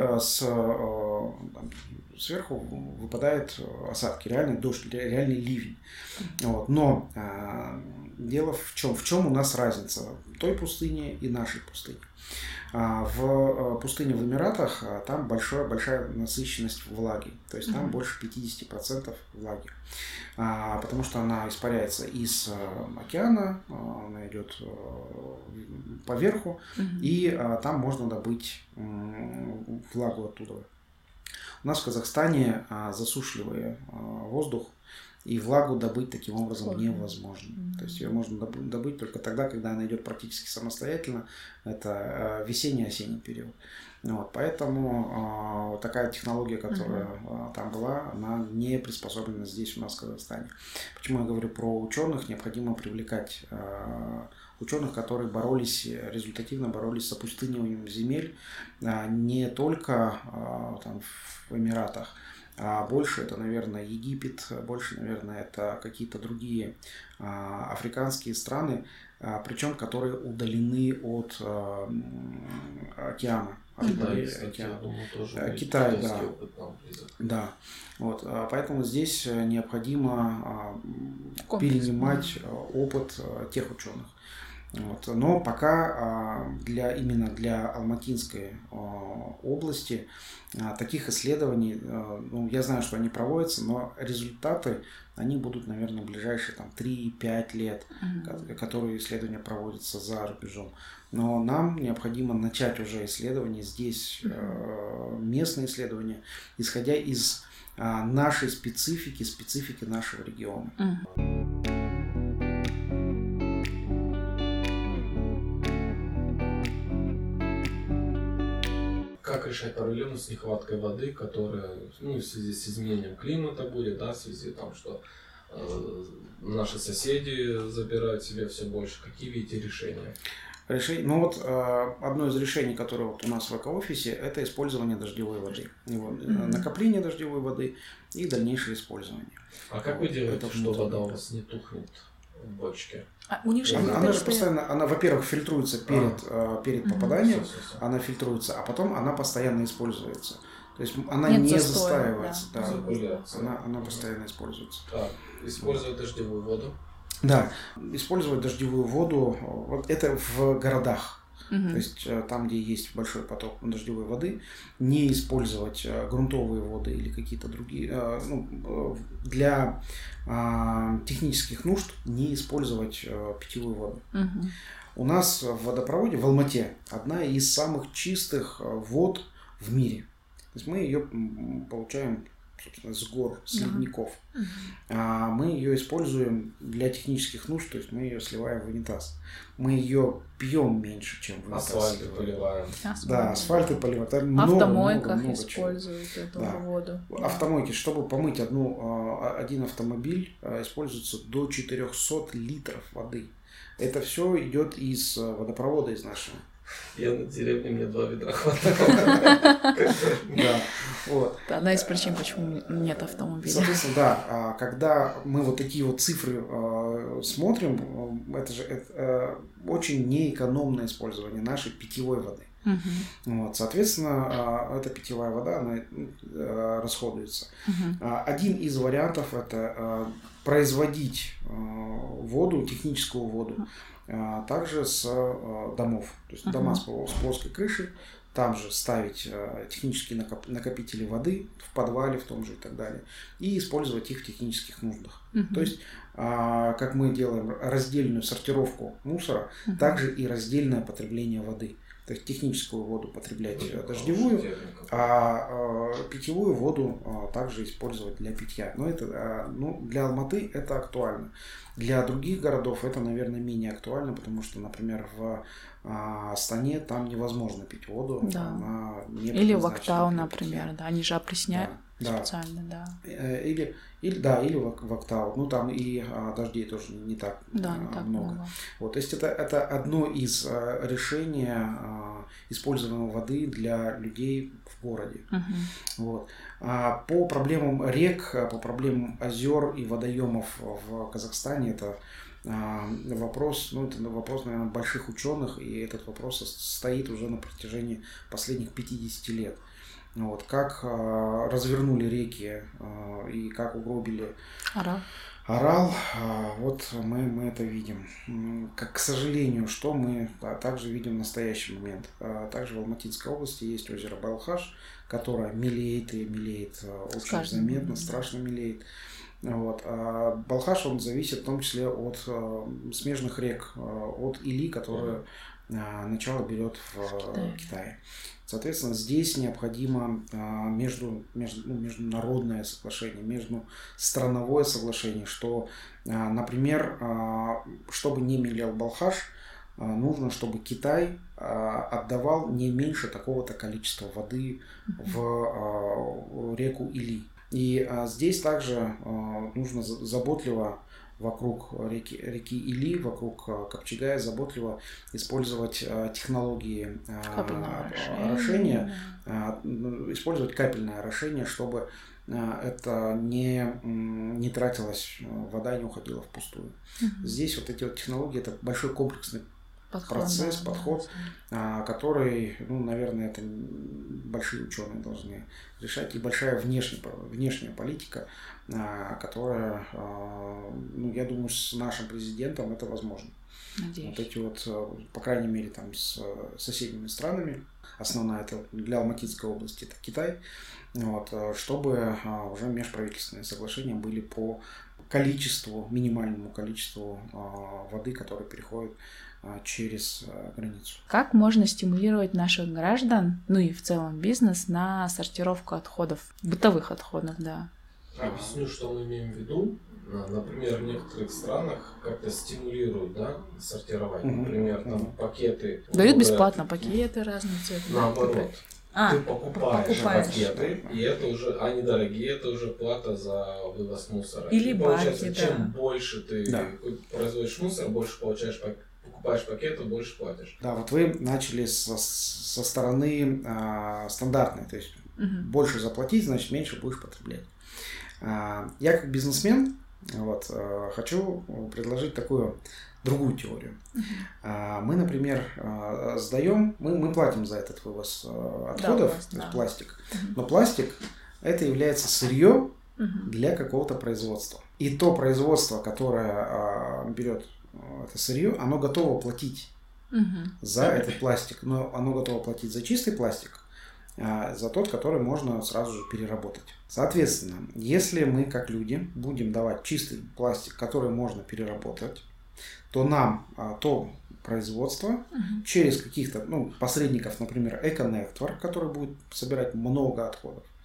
сверху выпадают осадки, реальный дождь, реальный ливень. Вот, но дело в чем у нас разница той пустыни и нашей пустыни. В пустыне в Эмиратах там большая насыщенность влаги, то есть там больше 50% влаги, потому что она испаряется из океана, она идет поверху, и там можно добыть влагу оттуда. У нас в Казахстане засушливый воздух, и влагу добыть таким образом невозможно. То есть ее можно добыть только тогда, когда она идет практически самостоятельно. Это весенний-осенний период. Вот, поэтому такая технология, которая там была, она не приспособлена здесь у нас в Казахстане. Почему я говорю про ученых? Необходимо привлекать ученых, которые результативно боролись с опустыниванием земель не только там, в Эмиратах, а больше это, наверное, Египет, больше, наверное, это какие-то другие африканские страны, причем которые удалены от океана. Китай, да. Да. Вот, поэтому здесь необходимо перенимать опыт тех ученых. Вот. Но пока именно для Алматинской области таких исследований, я знаю, что они проводятся, но результаты, они будут, наверное, в ближайшие 3-5 лет, которые исследования проводятся за рубежом. Но нам необходимо начать уже исследования здесь, местные исследования, исходя из нашей специфики нашего региона. Как решать проблему с нехваткой воды, которая в связи с изменением климата будет, в связи с тем, что наши соседи забирают себе все больше? Какие видите решения? Одно из решений, которое у нас в эко-офисе, это использование дождевой воды. Накопление дождевой воды и дальнейшее использование. А как вы делаете, что вода у вас не тухнет в бочке? У них же она же постоянно, она, во-первых, фильтруется перед попаданием, она фильтруется, а потом она постоянно используется. То есть она не застаивается, она постоянно используется. Использовать дождевую воду? Да, использовать дождевую воду, вот это в городах. То есть там, где есть большой поток дождевой воды, не использовать грунтовые воды или какие-то другие, для технических нужд не использовать питьевую воду. У нас в водопроводе в Алмате одна из самых чистых вод в мире. То есть мы ее получаем собственно, с гор, с ледников. Мы ее используем для технических нужд, то есть мы ее сливаем в унитаз. Мы ее пьем меньше, чем в унитаз. Асфальты поливаем. Да, асфальты поливаем. В автомойках используют эту воду. Автомойки, чтобы помыть один автомобиль, используется до 400 литров воды. Это все идет из водопровода, из нашего. Я на деревне, мне 2 ведра хватает. Это одна из причин, почему нет автомобиля. Соответственно, да, когда мы вот такие вот цифры смотрим, это же очень неэкономное использование нашей питьевой воды. Соответственно, эта питьевая вода, она расходуется. Один из вариантов – это производить воду, техническую воду, также с домов. То есть дома с плоской крышей, там же ставить технические накопители воды в подвале в том же и так далее, и использовать их в технических нуждах. То есть, как мы делаем раздельную сортировку мусора, также и раздельное потребление воды. То есть техническую воду потреблять дождевую, а питьевую воду также использовать для питья. Но это, для Алматы это актуально. Для других городов это, наверное, менее актуально, потому что, например, в Астане там невозможно пить воду. Да. Она не или в Актау, например, да, они же опресняют специально, да. Или в Актау. Там и дождей тоже не так много. То есть это одно из решений использования воды для людей в городе. По проблемам рек, по проблемам озер и водоемов в Казахстане это вопрос, наверное, больших ученых, и этот вопрос стоит уже на протяжении последних 50 лет. Как развернули реки и как угробили Арал, мы это видим. К сожалению, что мы также видим в настоящий момент. Также в Алматинской области есть озеро Балхаш, которое мелеет и мелеет очень заметно, страшно мелеет. Балхаш, он зависит в том числе от смежных рек, от Или, которая начало берет в Китае. Соответственно, здесь необходимо международное соглашение, междустрановое соглашение, что, например, чтобы не мелел Балхаш, нужно, чтобы Китай отдавал не меньше такого-то количества воды в реку Или. И здесь также нужно заботливо вокруг реки Или, вокруг Капчагая, заботливо использовать технологии орошения, использовать капельное орошение, чтобы это не тратилась вода, не уходила впустую. Здесь вот эти вот технологии, это большой комплексный подход, который, наверное, это большие ученые должны решать, и большая внешняя политика, которая, я думаю, с нашим президентом это возможно. Надеюсь. Вот эти по крайней мере, там с соседними странами, основная это для Алматинской области это Китай, чтобы уже межправительственные соглашения были по минимальному количеству воды, которая переходит через границу. Как можно стимулировать наших граждан, и в целом бизнес, на сортировку отходов, бытовых отходов, да? Объясню, что мы имеем в виду. Например, в некоторых странах как-то стимулируют, сортировать. Например, там пакеты. Дают бесплатно пакеты разные цвета. Наоборот. Ты покупаешь пакеты, и это уже, они дорогие, это уже плата за вывоз мусора. Или получается, чем больше ты производишь мусор, больше покупаешь пакетов, больше платишь. Да, вы начали со стороны стандартной, то есть больше заплатить, значит меньше будешь потреблять. Я как бизнесмен хочу предложить такую другую теорию. Мы, например, сдаем, мы платим за этот вывоз отходов, то есть пластик, но пластик это является сырье для какого-то производства. И то производство, которое берет это сырье, оно готово платить за этот пластик, но оно готово платить за чистый пластик, за тот, который можно сразу же переработать. Соответственно, если мы, как люди, будем давать чистый пластик, который можно переработать, то нам то производство через каких-то посредников, например, Эконнектор, который будет собирать много отходов,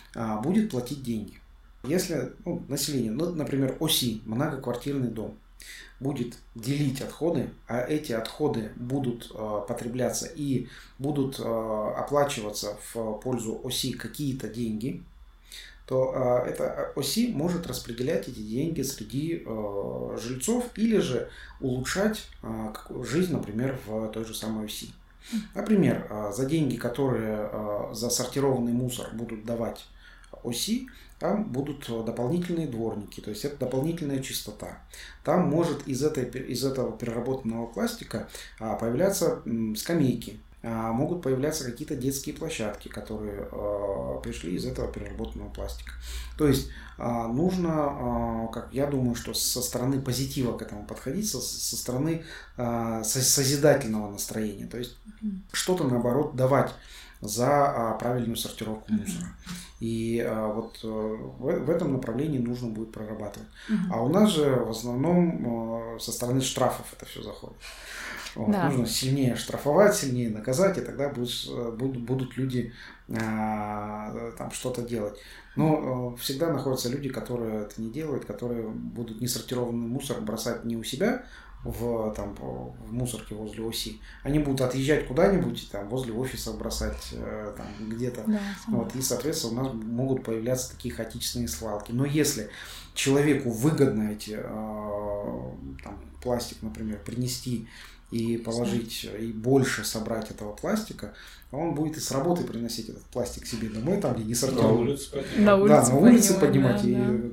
будет платить деньги. Если население, например, ОСИ, многоквартирный дом, будет делить отходы, а эти отходы будут потребляться и будут оплачиваться в пользу ОСИ какие-то деньги, то эта ОСИ может распределять эти деньги среди жильцов или же улучшать жизнь, например, в той же самой ОСИ. Например, за деньги, которые за сортированный мусор будут давать ОСИ, там будут дополнительные дворники, то есть это дополнительная чистота. Там может из этого переработанного пластика появляться скамейки, могут появляться какие-то детские площадки, которые пришли из этого переработанного пластика. То есть нужно, как я думаю, что со стороны позитива к этому подходить, со стороны созидательного настроения, то есть что-то наоборот давать за правильную сортировку мусора. И вот в этом направлении нужно будет прорабатывать. А у нас же в основном со стороны штрафов это все заходит. Вот, да. Нужно сильнее штрафовать, сильнее наказать, и тогда будут люди там что-то делать. Но всегда находятся люди, которые это не делают, которые будут несортированный мусор бросать не у себя в мусорке возле ОСИ. Они будут отъезжать куда-нибудь, там, возле офиса бросать там, где-то. Да, вот, и, соответственно, у нас могут появляться такие хаотичные свалки. Но если человеку выгодно эти пластик, например, принести и положить, и больше собрать этого пластика, он будет и с работы приносить этот пластик себе домой, там, где не сортирован. На улице поднимать.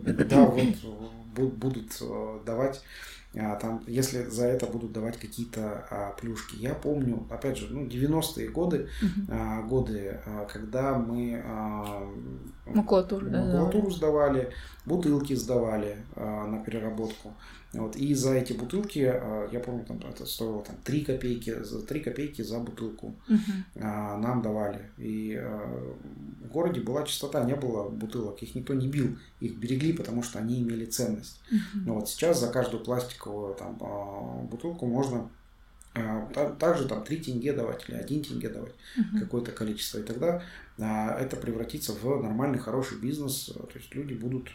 Будут давать, там, если за это будут давать какие-то плюшки. Я помню, опять же, 90-е годы, когда мы макулатуру сдавали, бутылки сдавали на переработку. Вот, и за эти бутылки, я помню, там, это стоило 3 копейки за бутылку нам давали. И в городе была чистота, не было бутылок, их никто не бил, их берегли, потому что они имели ценность. Вот, сейчас за каждую пластиковую бутылку можно также 3 тенге давать или 1 тенге давать какое-то количество. И тогда это превратится в нормальный, хороший бизнес. То есть люди будут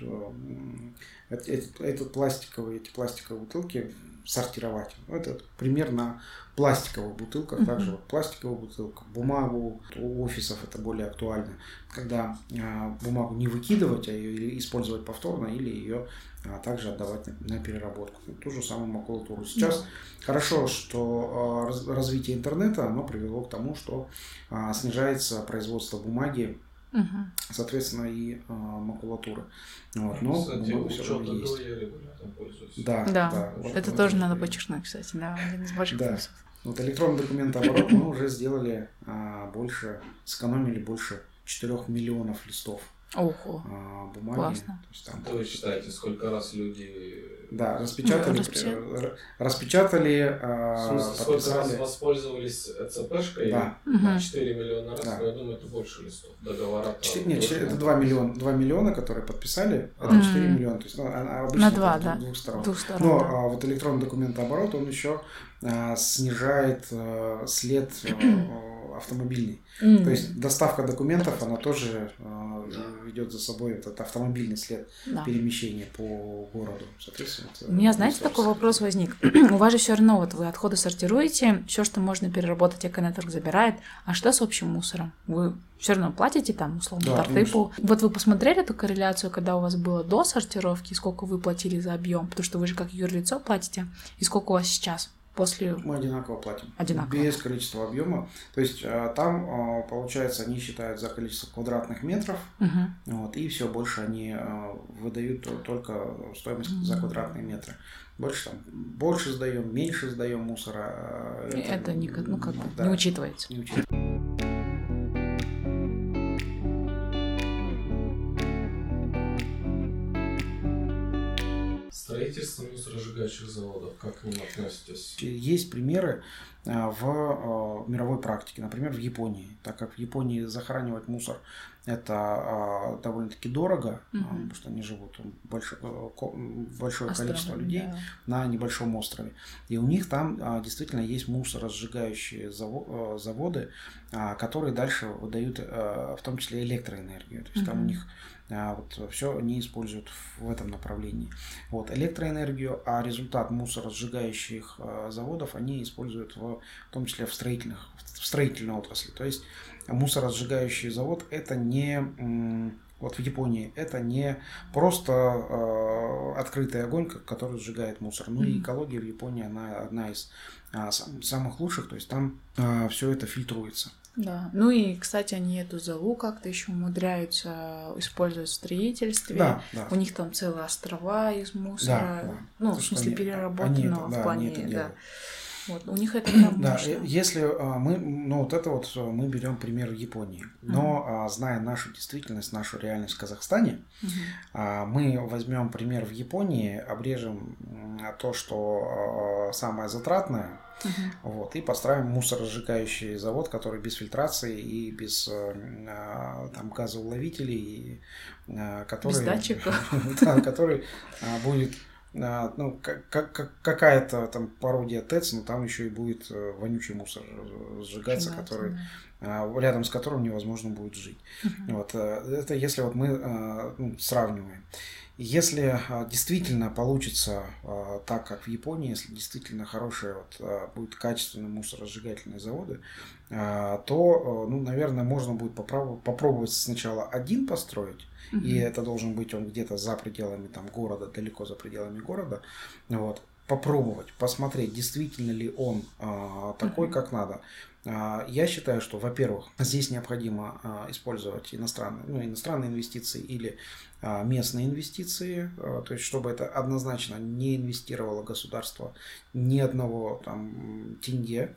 эти пластиковые бутылки сортировать. Это пример на пластиковых бутылках. Также вот пластиковая бутылка, бумагу у офисов это более актуально. Когда бумагу не выкидывать, а ее использовать повторно или ее также отдавать на переработку. Ту же самую макулатуру. Сейчас хорошо, что развитие интернета оно привело к тому, что снижается производство бумаги, соответственно, и макулатуры. Вот. Но бумага все равно есть. Да. Вот это тоже надо подчеркнуть, кстати. Да, один из больших плюсов. Вот электронный документооборот мы уже сделали сэкономили больше 4 миллионов листов. Ого, бумаги. Классно. То есть, там, вы считаете, сколько раз люди... Да, распечатали, сколько раз воспользовались ЦПшкой? Да. 4 миллиона раз, но я думаю, это больше листов. Договора. Это 2 миллиона, которые подписали, это 4 миллиона. То есть, обычно это двух сторон. Но вот электронный документооборот, он еще снижает след автомобильный. То есть доставка документов, она тоже ведет за собой этот автомобильный след перемещения по городу. Соответственно, у меня, знаете, такой вопрос возник. У вас же все равно вот вы отходы сортируете, все, что можно переработать, Эконетворк забирает. А что с общим мусором? Вы все равно платите там, условно, тартыпу. Вот вы посмотрели эту корреляцию, когда у вас было до сортировки, сколько вы платили за объем, потому что вы же как юрлицо платите, и сколько у вас сейчас? Мы одинаково платим. Без количества объема. То есть там, получается, они считают за количество квадратных метров, вот, и все, больше они выдают только стоимость за квадратные метры. Больше сдаем, меньше сдаем мусора. Это не учитывается. Не учитывается. Строительство мусоросжигающих заводов, как к ним относитесь? Есть примеры в мировой практике, например, в Японии. Так как в Японии захоранивать мусор это довольно-таки дорого, потому что они живут большое количество людей на небольшом острове. И у них там действительно есть мусоросжигающие заводы, которые дальше выдают в том числе электроэнергию. То есть там у них все они используют в этом направлении. Электроэнергию, а результат мусоросжигающих заводов они используют в том числе в строительной отрасли. То есть мусоросжигающий завод это не в Японии это не просто открытый огонь, который сжигает мусор. Но и экология в Японии она одна из самых лучших, то есть там все это фильтруется. Да. Ну и, кстати, они эту золу как-то еще умудряются использовать в строительстве. Да. У них там целые острова из мусора. Ну, в смысле, переработанного в плане. У них это прям мощно. Если мы, мы берем пример Японии, но зная нашу действительность, нашу реальность в Казахстане, мы возьмем пример в Японии, обрежем то, что самое затратное, и построим мусоросжигающий завод, который без фильтрации и без газоуловителей, без датчиков, который будет какая-то там пародия ТЭЦ, но там еще и будет вонючий мусор сжигаться, который, рядом с которым невозможно будет жить. Это если мы сравниваем. Если действительно получится так, как в Японии, если действительно хорошие будут качественные мусоросжигательные заводы, то, наверное, можно будет попробовать сначала один построить, и это должен быть он где-то за пределами города, далеко за пределами города, попробовать, посмотреть, действительно ли он такой, как надо. Я считаю, что, во-первых, здесь необходимо использовать иностранные инвестиции или местные инвестиции, то есть чтобы это однозначно не инвестировало государство ни одного тенге.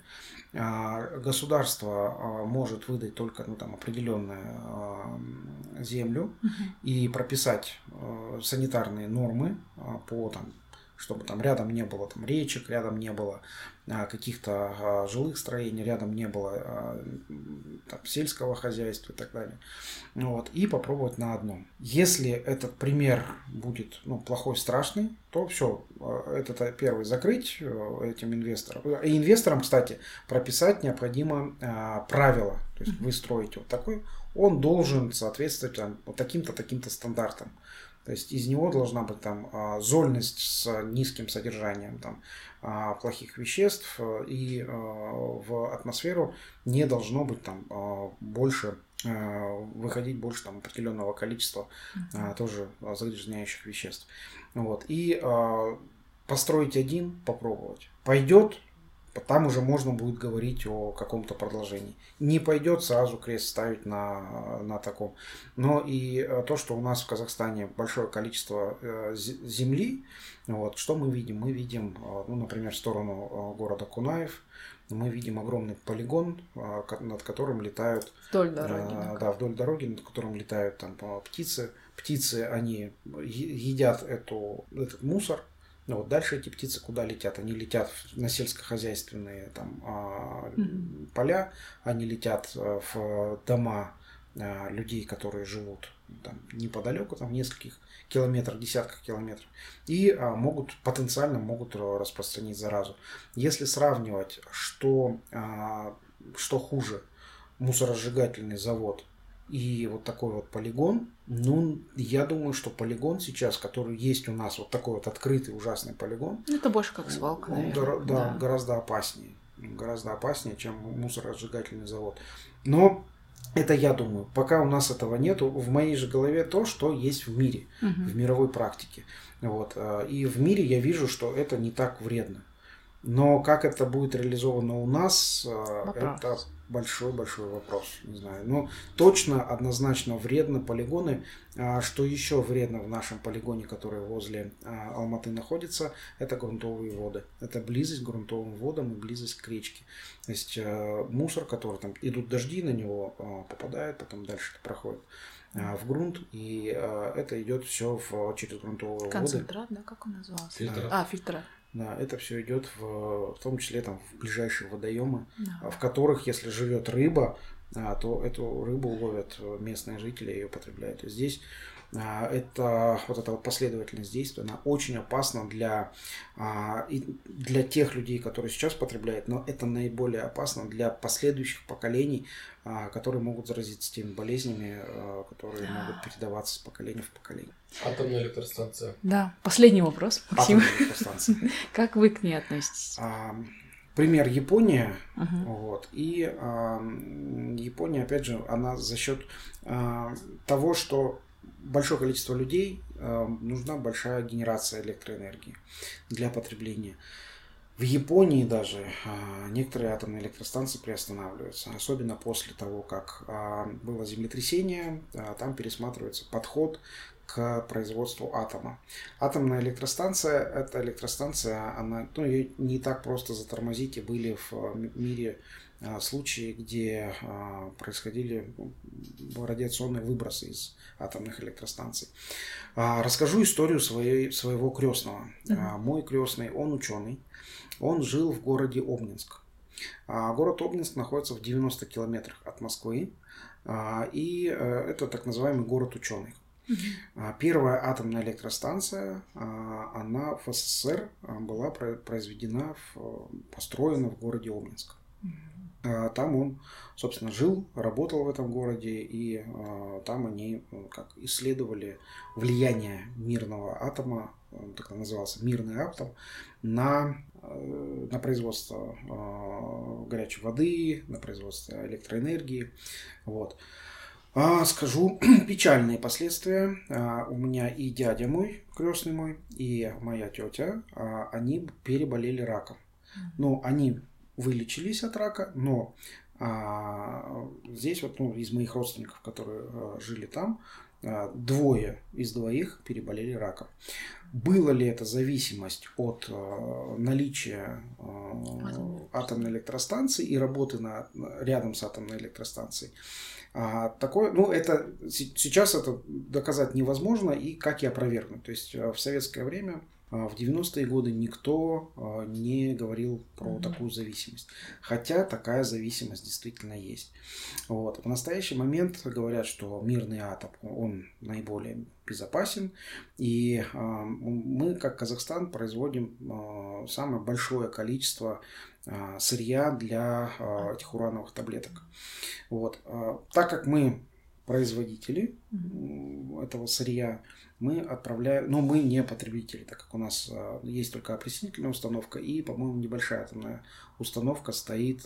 Государство может выдать только определенную землю и прописать санитарные нормы по чтобы рядом не было речек, рядом не было каких-то жилых строений, рядом не было сельского хозяйства и так далее. И попробовать на одном. Если этот пример будет плохой, страшный, то все, это первый закрыть этим инвесторам. И инвесторам, кстати, прописать необходимо правила. То есть вы строите такой, он должен соответствовать таким-то, таким-то стандартам. То есть из него должна быть зольность с низким содержанием плохих веществ, и в атмосферу не должно быть больше выходить больше определенного количества тоже загрязняющих веществ. И построить один, попробовать. Пойдет, там уже можно будет говорить о каком-то продолжении. Не пойдет, сразу крест ставить на таком. Но и то, что у нас в Казахстане большое количество земли, что мы видим? Мы видим, например, в сторону города Кунаев, мы видим огромный полигон, над которым летают... Вдоль дороги. Вдоль дороги, над которым летают птицы. Птицы, они едят этот мусор. Дальше эти птицы куда летят? Они летят на сельскохозяйственные поля, они летят в дома людей, которые живут неподалеку, в нескольких километрах, десятках километров, и потенциально могут распространить заразу. Если сравнивать, что хуже, мусоросжигательный завод и такой полигон, я думаю, что полигон сейчас, который есть у нас, такой открытый ужасный полигон. Это больше как свалка, наверное. Гораздо опаснее. Гораздо опаснее, чем мусоросжигательный завод. Но это я думаю. Пока у нас этого нету, в моей же голове то, что есть в мире, в мировой практике. И в мире я вижу, что это не так вредно. Но как это будет реализовано у нас, это большой-большой вопрос. Не знаю. Но точно, однозначно вредно полигоны. Что еще вредно в нашем полигоне, который возле Алматы находится, это грунтовые воды. Это близость к грунтовым водам и близость к речке. То есть мусор, который идут дожди, на него попадает, потом дальше это проходит в грунт, и это идет все через грунтовые воды. Концентрат, да, как он назывался? Фильтрат. Фильтрат. Да, это все идет в том числе там в ближайшие водоемы, в которых, если живет рыба, то эту рыбу ловят местные жители и ее потребляют. И здесь эта вот последовательность действий, она очень опасна для тех людей, которые сейчас потребляют, но это наиболее опасно для последующих поколений, которые могут заразиться теми болезнями, которые могут передаваться с поколения в поколение. Атомная электростанция. Да, последний вопрос, Максим. Атомная электростанция. Как вы к ней относитесь? Пример Япония. Вот. И Япония, опять же, она за счет того, что большое количество людей, нужна большая генерация электроэнергии для потребления. В Японии даже некоторые атомные электростанции приостанавливаются, особенно после того, как было землетрясение, там пересматривается подход к производству атома. Атомная электростанция, эта электростанция, ее не так просто затормозить, и были в мире случаи, где происходили радиационные выбросы из атомных электростанций. Расскажу историю своего крестного. Мой крестный, он ученый, он жил в городе Обнинск. Город Обнинск находится в 90 километрах от Москвы, и это так называемый город ученых. Первая атомная электростанция, она в СССР была построена в городе Обнинск. Там он, собственно, жил, работал в этом городе, и там они исследовали влияние мирного атома, он так назывался мирный атом, на производство горячей воды, на производство электроэнергии. Вот. Скажу печальные последствия. У меня и дядя мой, крестный мой, и моя тетя, они переболели раком. Ну, они вылечились от рака, но здесь из моих родственников, которые жили там, 2 из 2 переболели раком. Была ли это зависимость от наличия атомной электростанции и работы рядом с атомной электростанцией? Это сейчас это доказать невозможно и как и опровергнуть. То есть в советское время, в 90-е годы никто не говорил про такую зависимость. Хотя такая зависимость действительно есть. Вот. В настоящий момент говорят, что мирный атом, он наиболее безопасен. И мы, как Казахстан, производим самое большое количество сырья для этих урановых таблеток. Вот. Так как мы производители этого сырья, мы отправляем, но мы не потребители, так как у нас есть только опреснительная установка и, по-моему, небольшая атомная установка стоит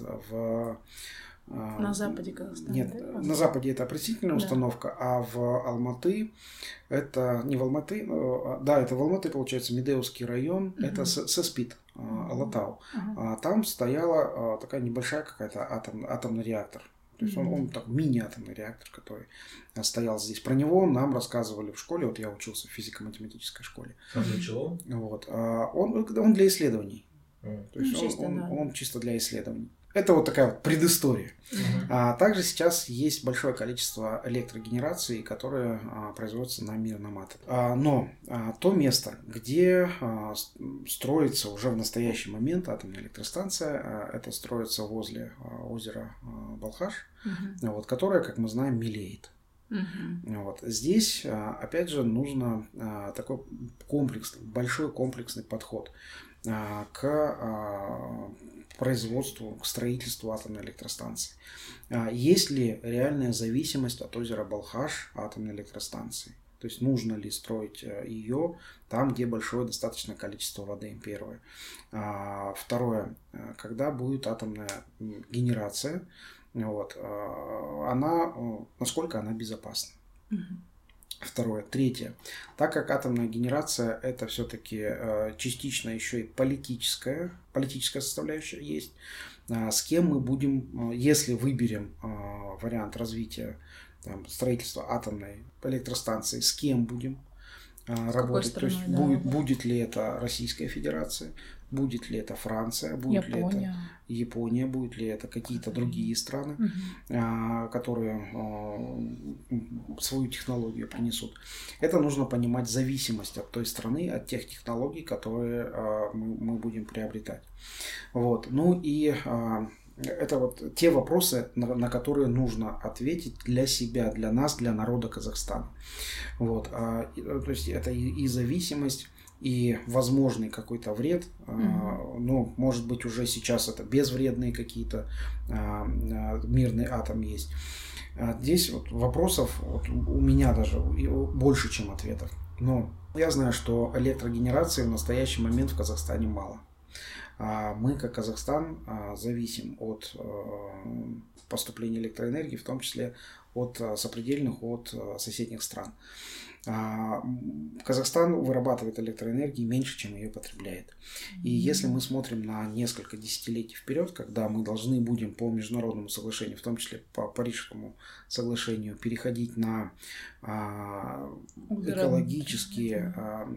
на западе Казахстана. Нет, на западе это опреснительная установка, а в Алматы, это не в Алматы, это в Алматы, получается, Медеевский район, это Сеспит, Алатау. Там стояла такая небольшая какая-то атомный реактор. То есть он так, мини-атомный реактор, который стоял здесь. Про него нам рассказывали в школе. Вот я учился в физико-математической школе. А для чего? Вот. Он для исследований. То есть он чисто для исследований. Это вот такая вот предыстория. Также сейчас есть большое количество электрогенераций, которые производятся на мирном атоме. Но то место, где строится уже в настоящий момент атомная электростанция, это строится возле озера Балхаш, вот, которое, как мы знаем, мелеет. Вот. Здесь, опять же, нужно такой большой комплексный подход к производству, к строительству атомной электростанции. Есть ли реальная зависимость от озера Балхаш атомной электростанции? То есть нужно ли строить ее там, где большое достаточное количество воды, первое. Второе, когда будет атомная генерация, вот, насколько она безопасна. Второе. Третье. Так как атомная генерация это все-таки частично еще и политическая составляющая есть, с кем мы будем, если выберем вариант развития строительства атомной электростанции, с кем будем работать. То есть будет ли это Российская Федерация, будет ли это Франция, будет ли это Япония, будет ли это какие-то другие страны, которые свою технологию принесут. Это нужно понимать зависимость от той страны, от тех технологий, которые мы будем приобретать. Вот. Ну и это вот те вопросы, на которые нужно ответить для себя, для нас, для народа Казахстана. Вот. То есть это и зависимость, и возможный какой-то вред, ну, может быть, уже сейчас это безвредные какие-то, мирный атом есть. Здесь вот вопросов вот у меня даже больше, чем ответов. Но я знаю, что электрогенерации в настоящий момент в Казахстане мало. Мы, как Казахстан, зависим от поступления электроэнергии, в том числе от сопредельных, от соседних стран. Казахстан вырабатывает электроэнергии меньше, чем ее потребляет. И если мы смотрим на несколько десятилетий вперед, когда мы должны будем по международному соглашению, в том числе по Парижскому соглашению, переходить на экологические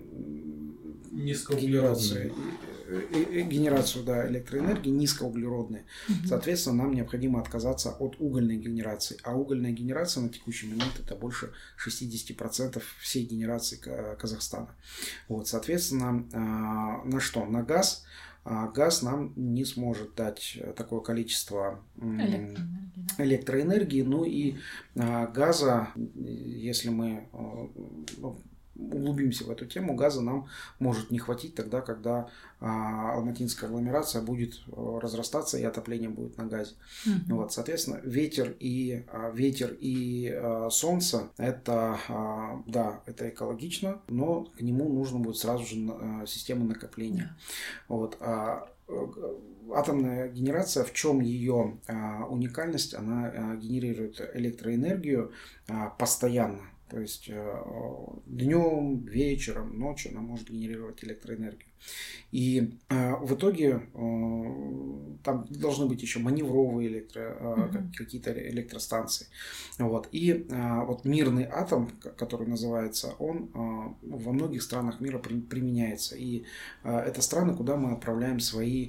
генерацию электроэнергии низкоуглеродные, соответственно, нам необходимо отказаться от угольной генерации. А угольная генерация на текущий момент это больше 60% всей генерации Казахстана. Вот, соответственно, на что? На газ. Газ нам не сможет дать такое количество электроэнергии. Ну и газа, если мы углубимся в эту тему, газа нам может не хватить тогда, когда алматинская агломерация будет разрастаться и отопление будет на газе. Вот, соответственно, ветер и солнце это, да, это экологично, но к нему нужно будет сразу же система накопления. Вот. Атомная генерация, в чем ее уникальность? Она генерирует электроэнергию постоянно. То есть днем, вечером, ночью она может генерировать электроэнергию. И в итоге там должны быть еще маневровые какие-то электростанции. Вот. И вот мирный атом, который называется, он во многих странах мира применяется. И это страны, куда мы отправляем свои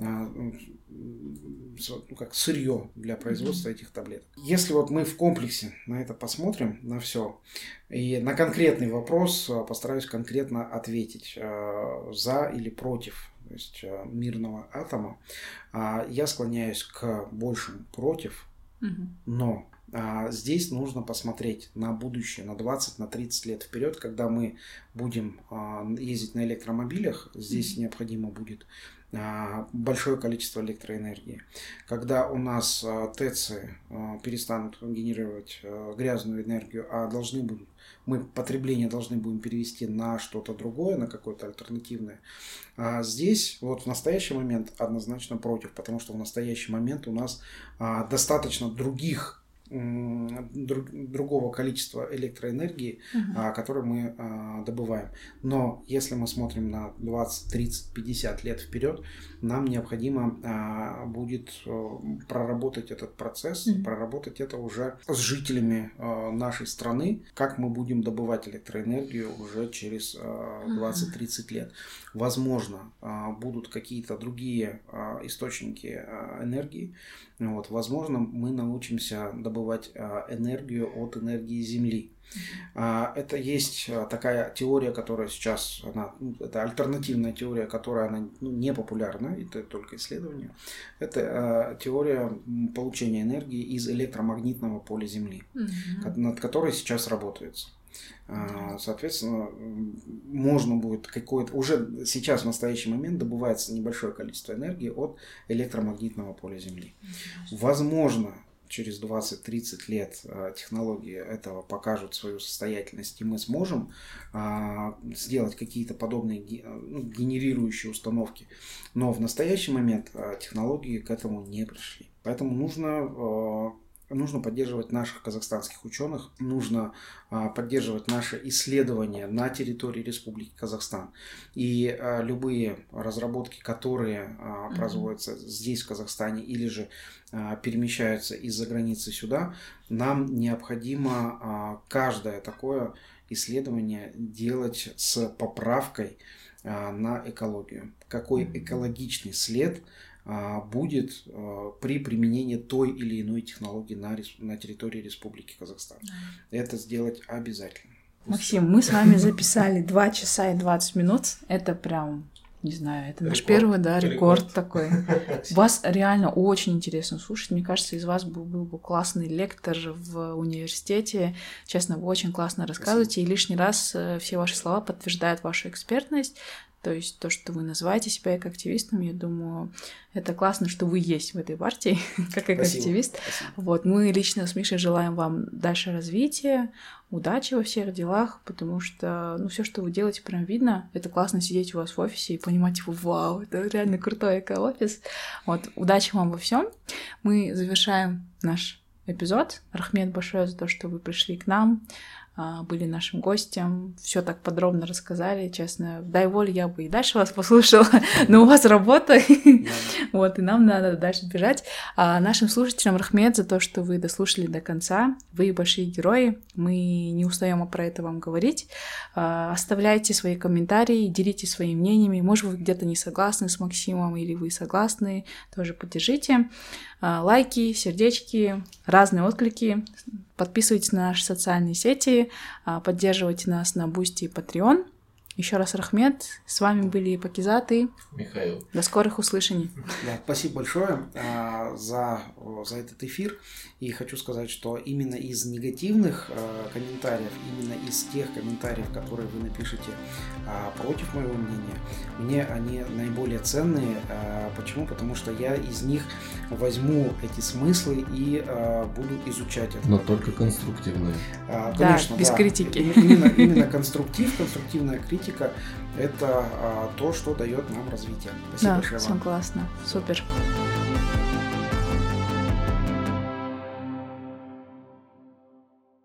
как сырье для производства этих таблеток. Если вот мы в комплексе на это посмотрим, на все, и на конкретный вопрос постараюсь конкретно ответить за или против, то есть мирного атома, я склоняюсь к большему против, но здесь нужно посмотреть на будущее, на 20, на 30 лет вперед, когда мы будем ездить на электромобилях, здесь необходимо будет большое количество электроэнергии. Когда у нас ТЭЦы перестанут генерировать грязную энергию, а мы потребление должны будем перевести на что-то другое, на какое-то альтернативное. Здесь вот в настоящий момент однозначно против, потому что в настоящий момент у нас достаточно другого количества электроэнергии, которые мы добываем. Но если мы смотрим на 20, 30, 50 лет вперед, нам необходимо будет проработать этот процесс, проработать это уже с жителями нашей страны, как мы будем добывать электроэнергию уже через 20-30 лет. Возможно, будут какие-то другие источники энергии. Вот, возможно, мы научимся добывать энергию от энергии Земли. Это есть такая теория, которая сейчас, это альтернативная теория, которая не популярна, это только исследование. Это теория получения энергии из электромагнитного поля Земли, над которой сейчас работается. Соответственно, можно будет уже сейчас в настоящий момент добывается небольшое количество энергии от электромагнитного поля Земли. Возможно, через 20-30 лет технологии этого покажут свою состоятельность, и мы сможем сделать какие-то подобные генерирующие установки. Но в настоящий момент технологии к этому не пришли. Поэтому нужно поддерживать наших казахстанских ученых, нужно поддерживать наши исследования на территории Республики Казахстан. И любые разработки, которые производятся здесь, в Казахстане, или же перемещаются из-за границы сюда, нам необходимо каждое такое исследования делать с поправкой на экологию. Какой экологичный след будет при применении той или иной технологии на территории Республики Казахстан. Это сделать обязательно. Максим, мы с вами записали 2 часа и 20 минут. Это прям, не знаю, это наш первый, рекорд такой. Вас реально очень интересно слушать. Мне кажется, из вас был бы классный лектор в университете. Честно, вы очень классно рассказываете. Спасибо. И лишний раз все ваши слова подтверждают вашу экспертность. То есть то, что вы называете себя экоактивистом, я думаю, это классно, что вы есть в этой партии, как экоактивист. Вот, мы лично с Мишей желаем вам дальше развития, удачи во всех делах, потому что, все, что вы делаете, прям видно. Это классно сидеть у вас в офисе и понимать, вау, это реально крутой эко-офис. Вот, удачи вам во всем. Мы завершаем наш эпизод. Рахмет большое за то, что вы пришли к нам, были нашим гостем, все так подробно рассказали, честно. Дай волю, я бы и дальше вас послушала, но у вас работа, вот, и нам надо дальше бежать. А нашим слушателям рахмет за то, что вы дослушали до конца. Вы большие герои, мы не устаем про это вам говорить. Оставляйте свои комментарии, делитесь своими мнениями. Может, вы где-то не согласны с Максимом, или вы согласны, тоже поддержите. Лайки, сердечки, разные отклики. Подписывайтесь на наши социальные сети, поддерживайте нас на Boosty и Patreon. Еще раз рахмет. С вами были Пакизат и Михаил. До скорых услышаний. Да, спасибо большое за этот эфир. И хочу сказать, что именно из негативных комментариев, именно из тех комментариев, которые вы напишете против моего мнения, мне они наиболее ценные. Почему? Потому что я из них возьму эти смыслы и буду изучать это. Но только конструктивные. Конечно, без критики. Именно конструктивная критика – это то, что дает нам развитие. Спасибо большое вам. Согласна. Супер.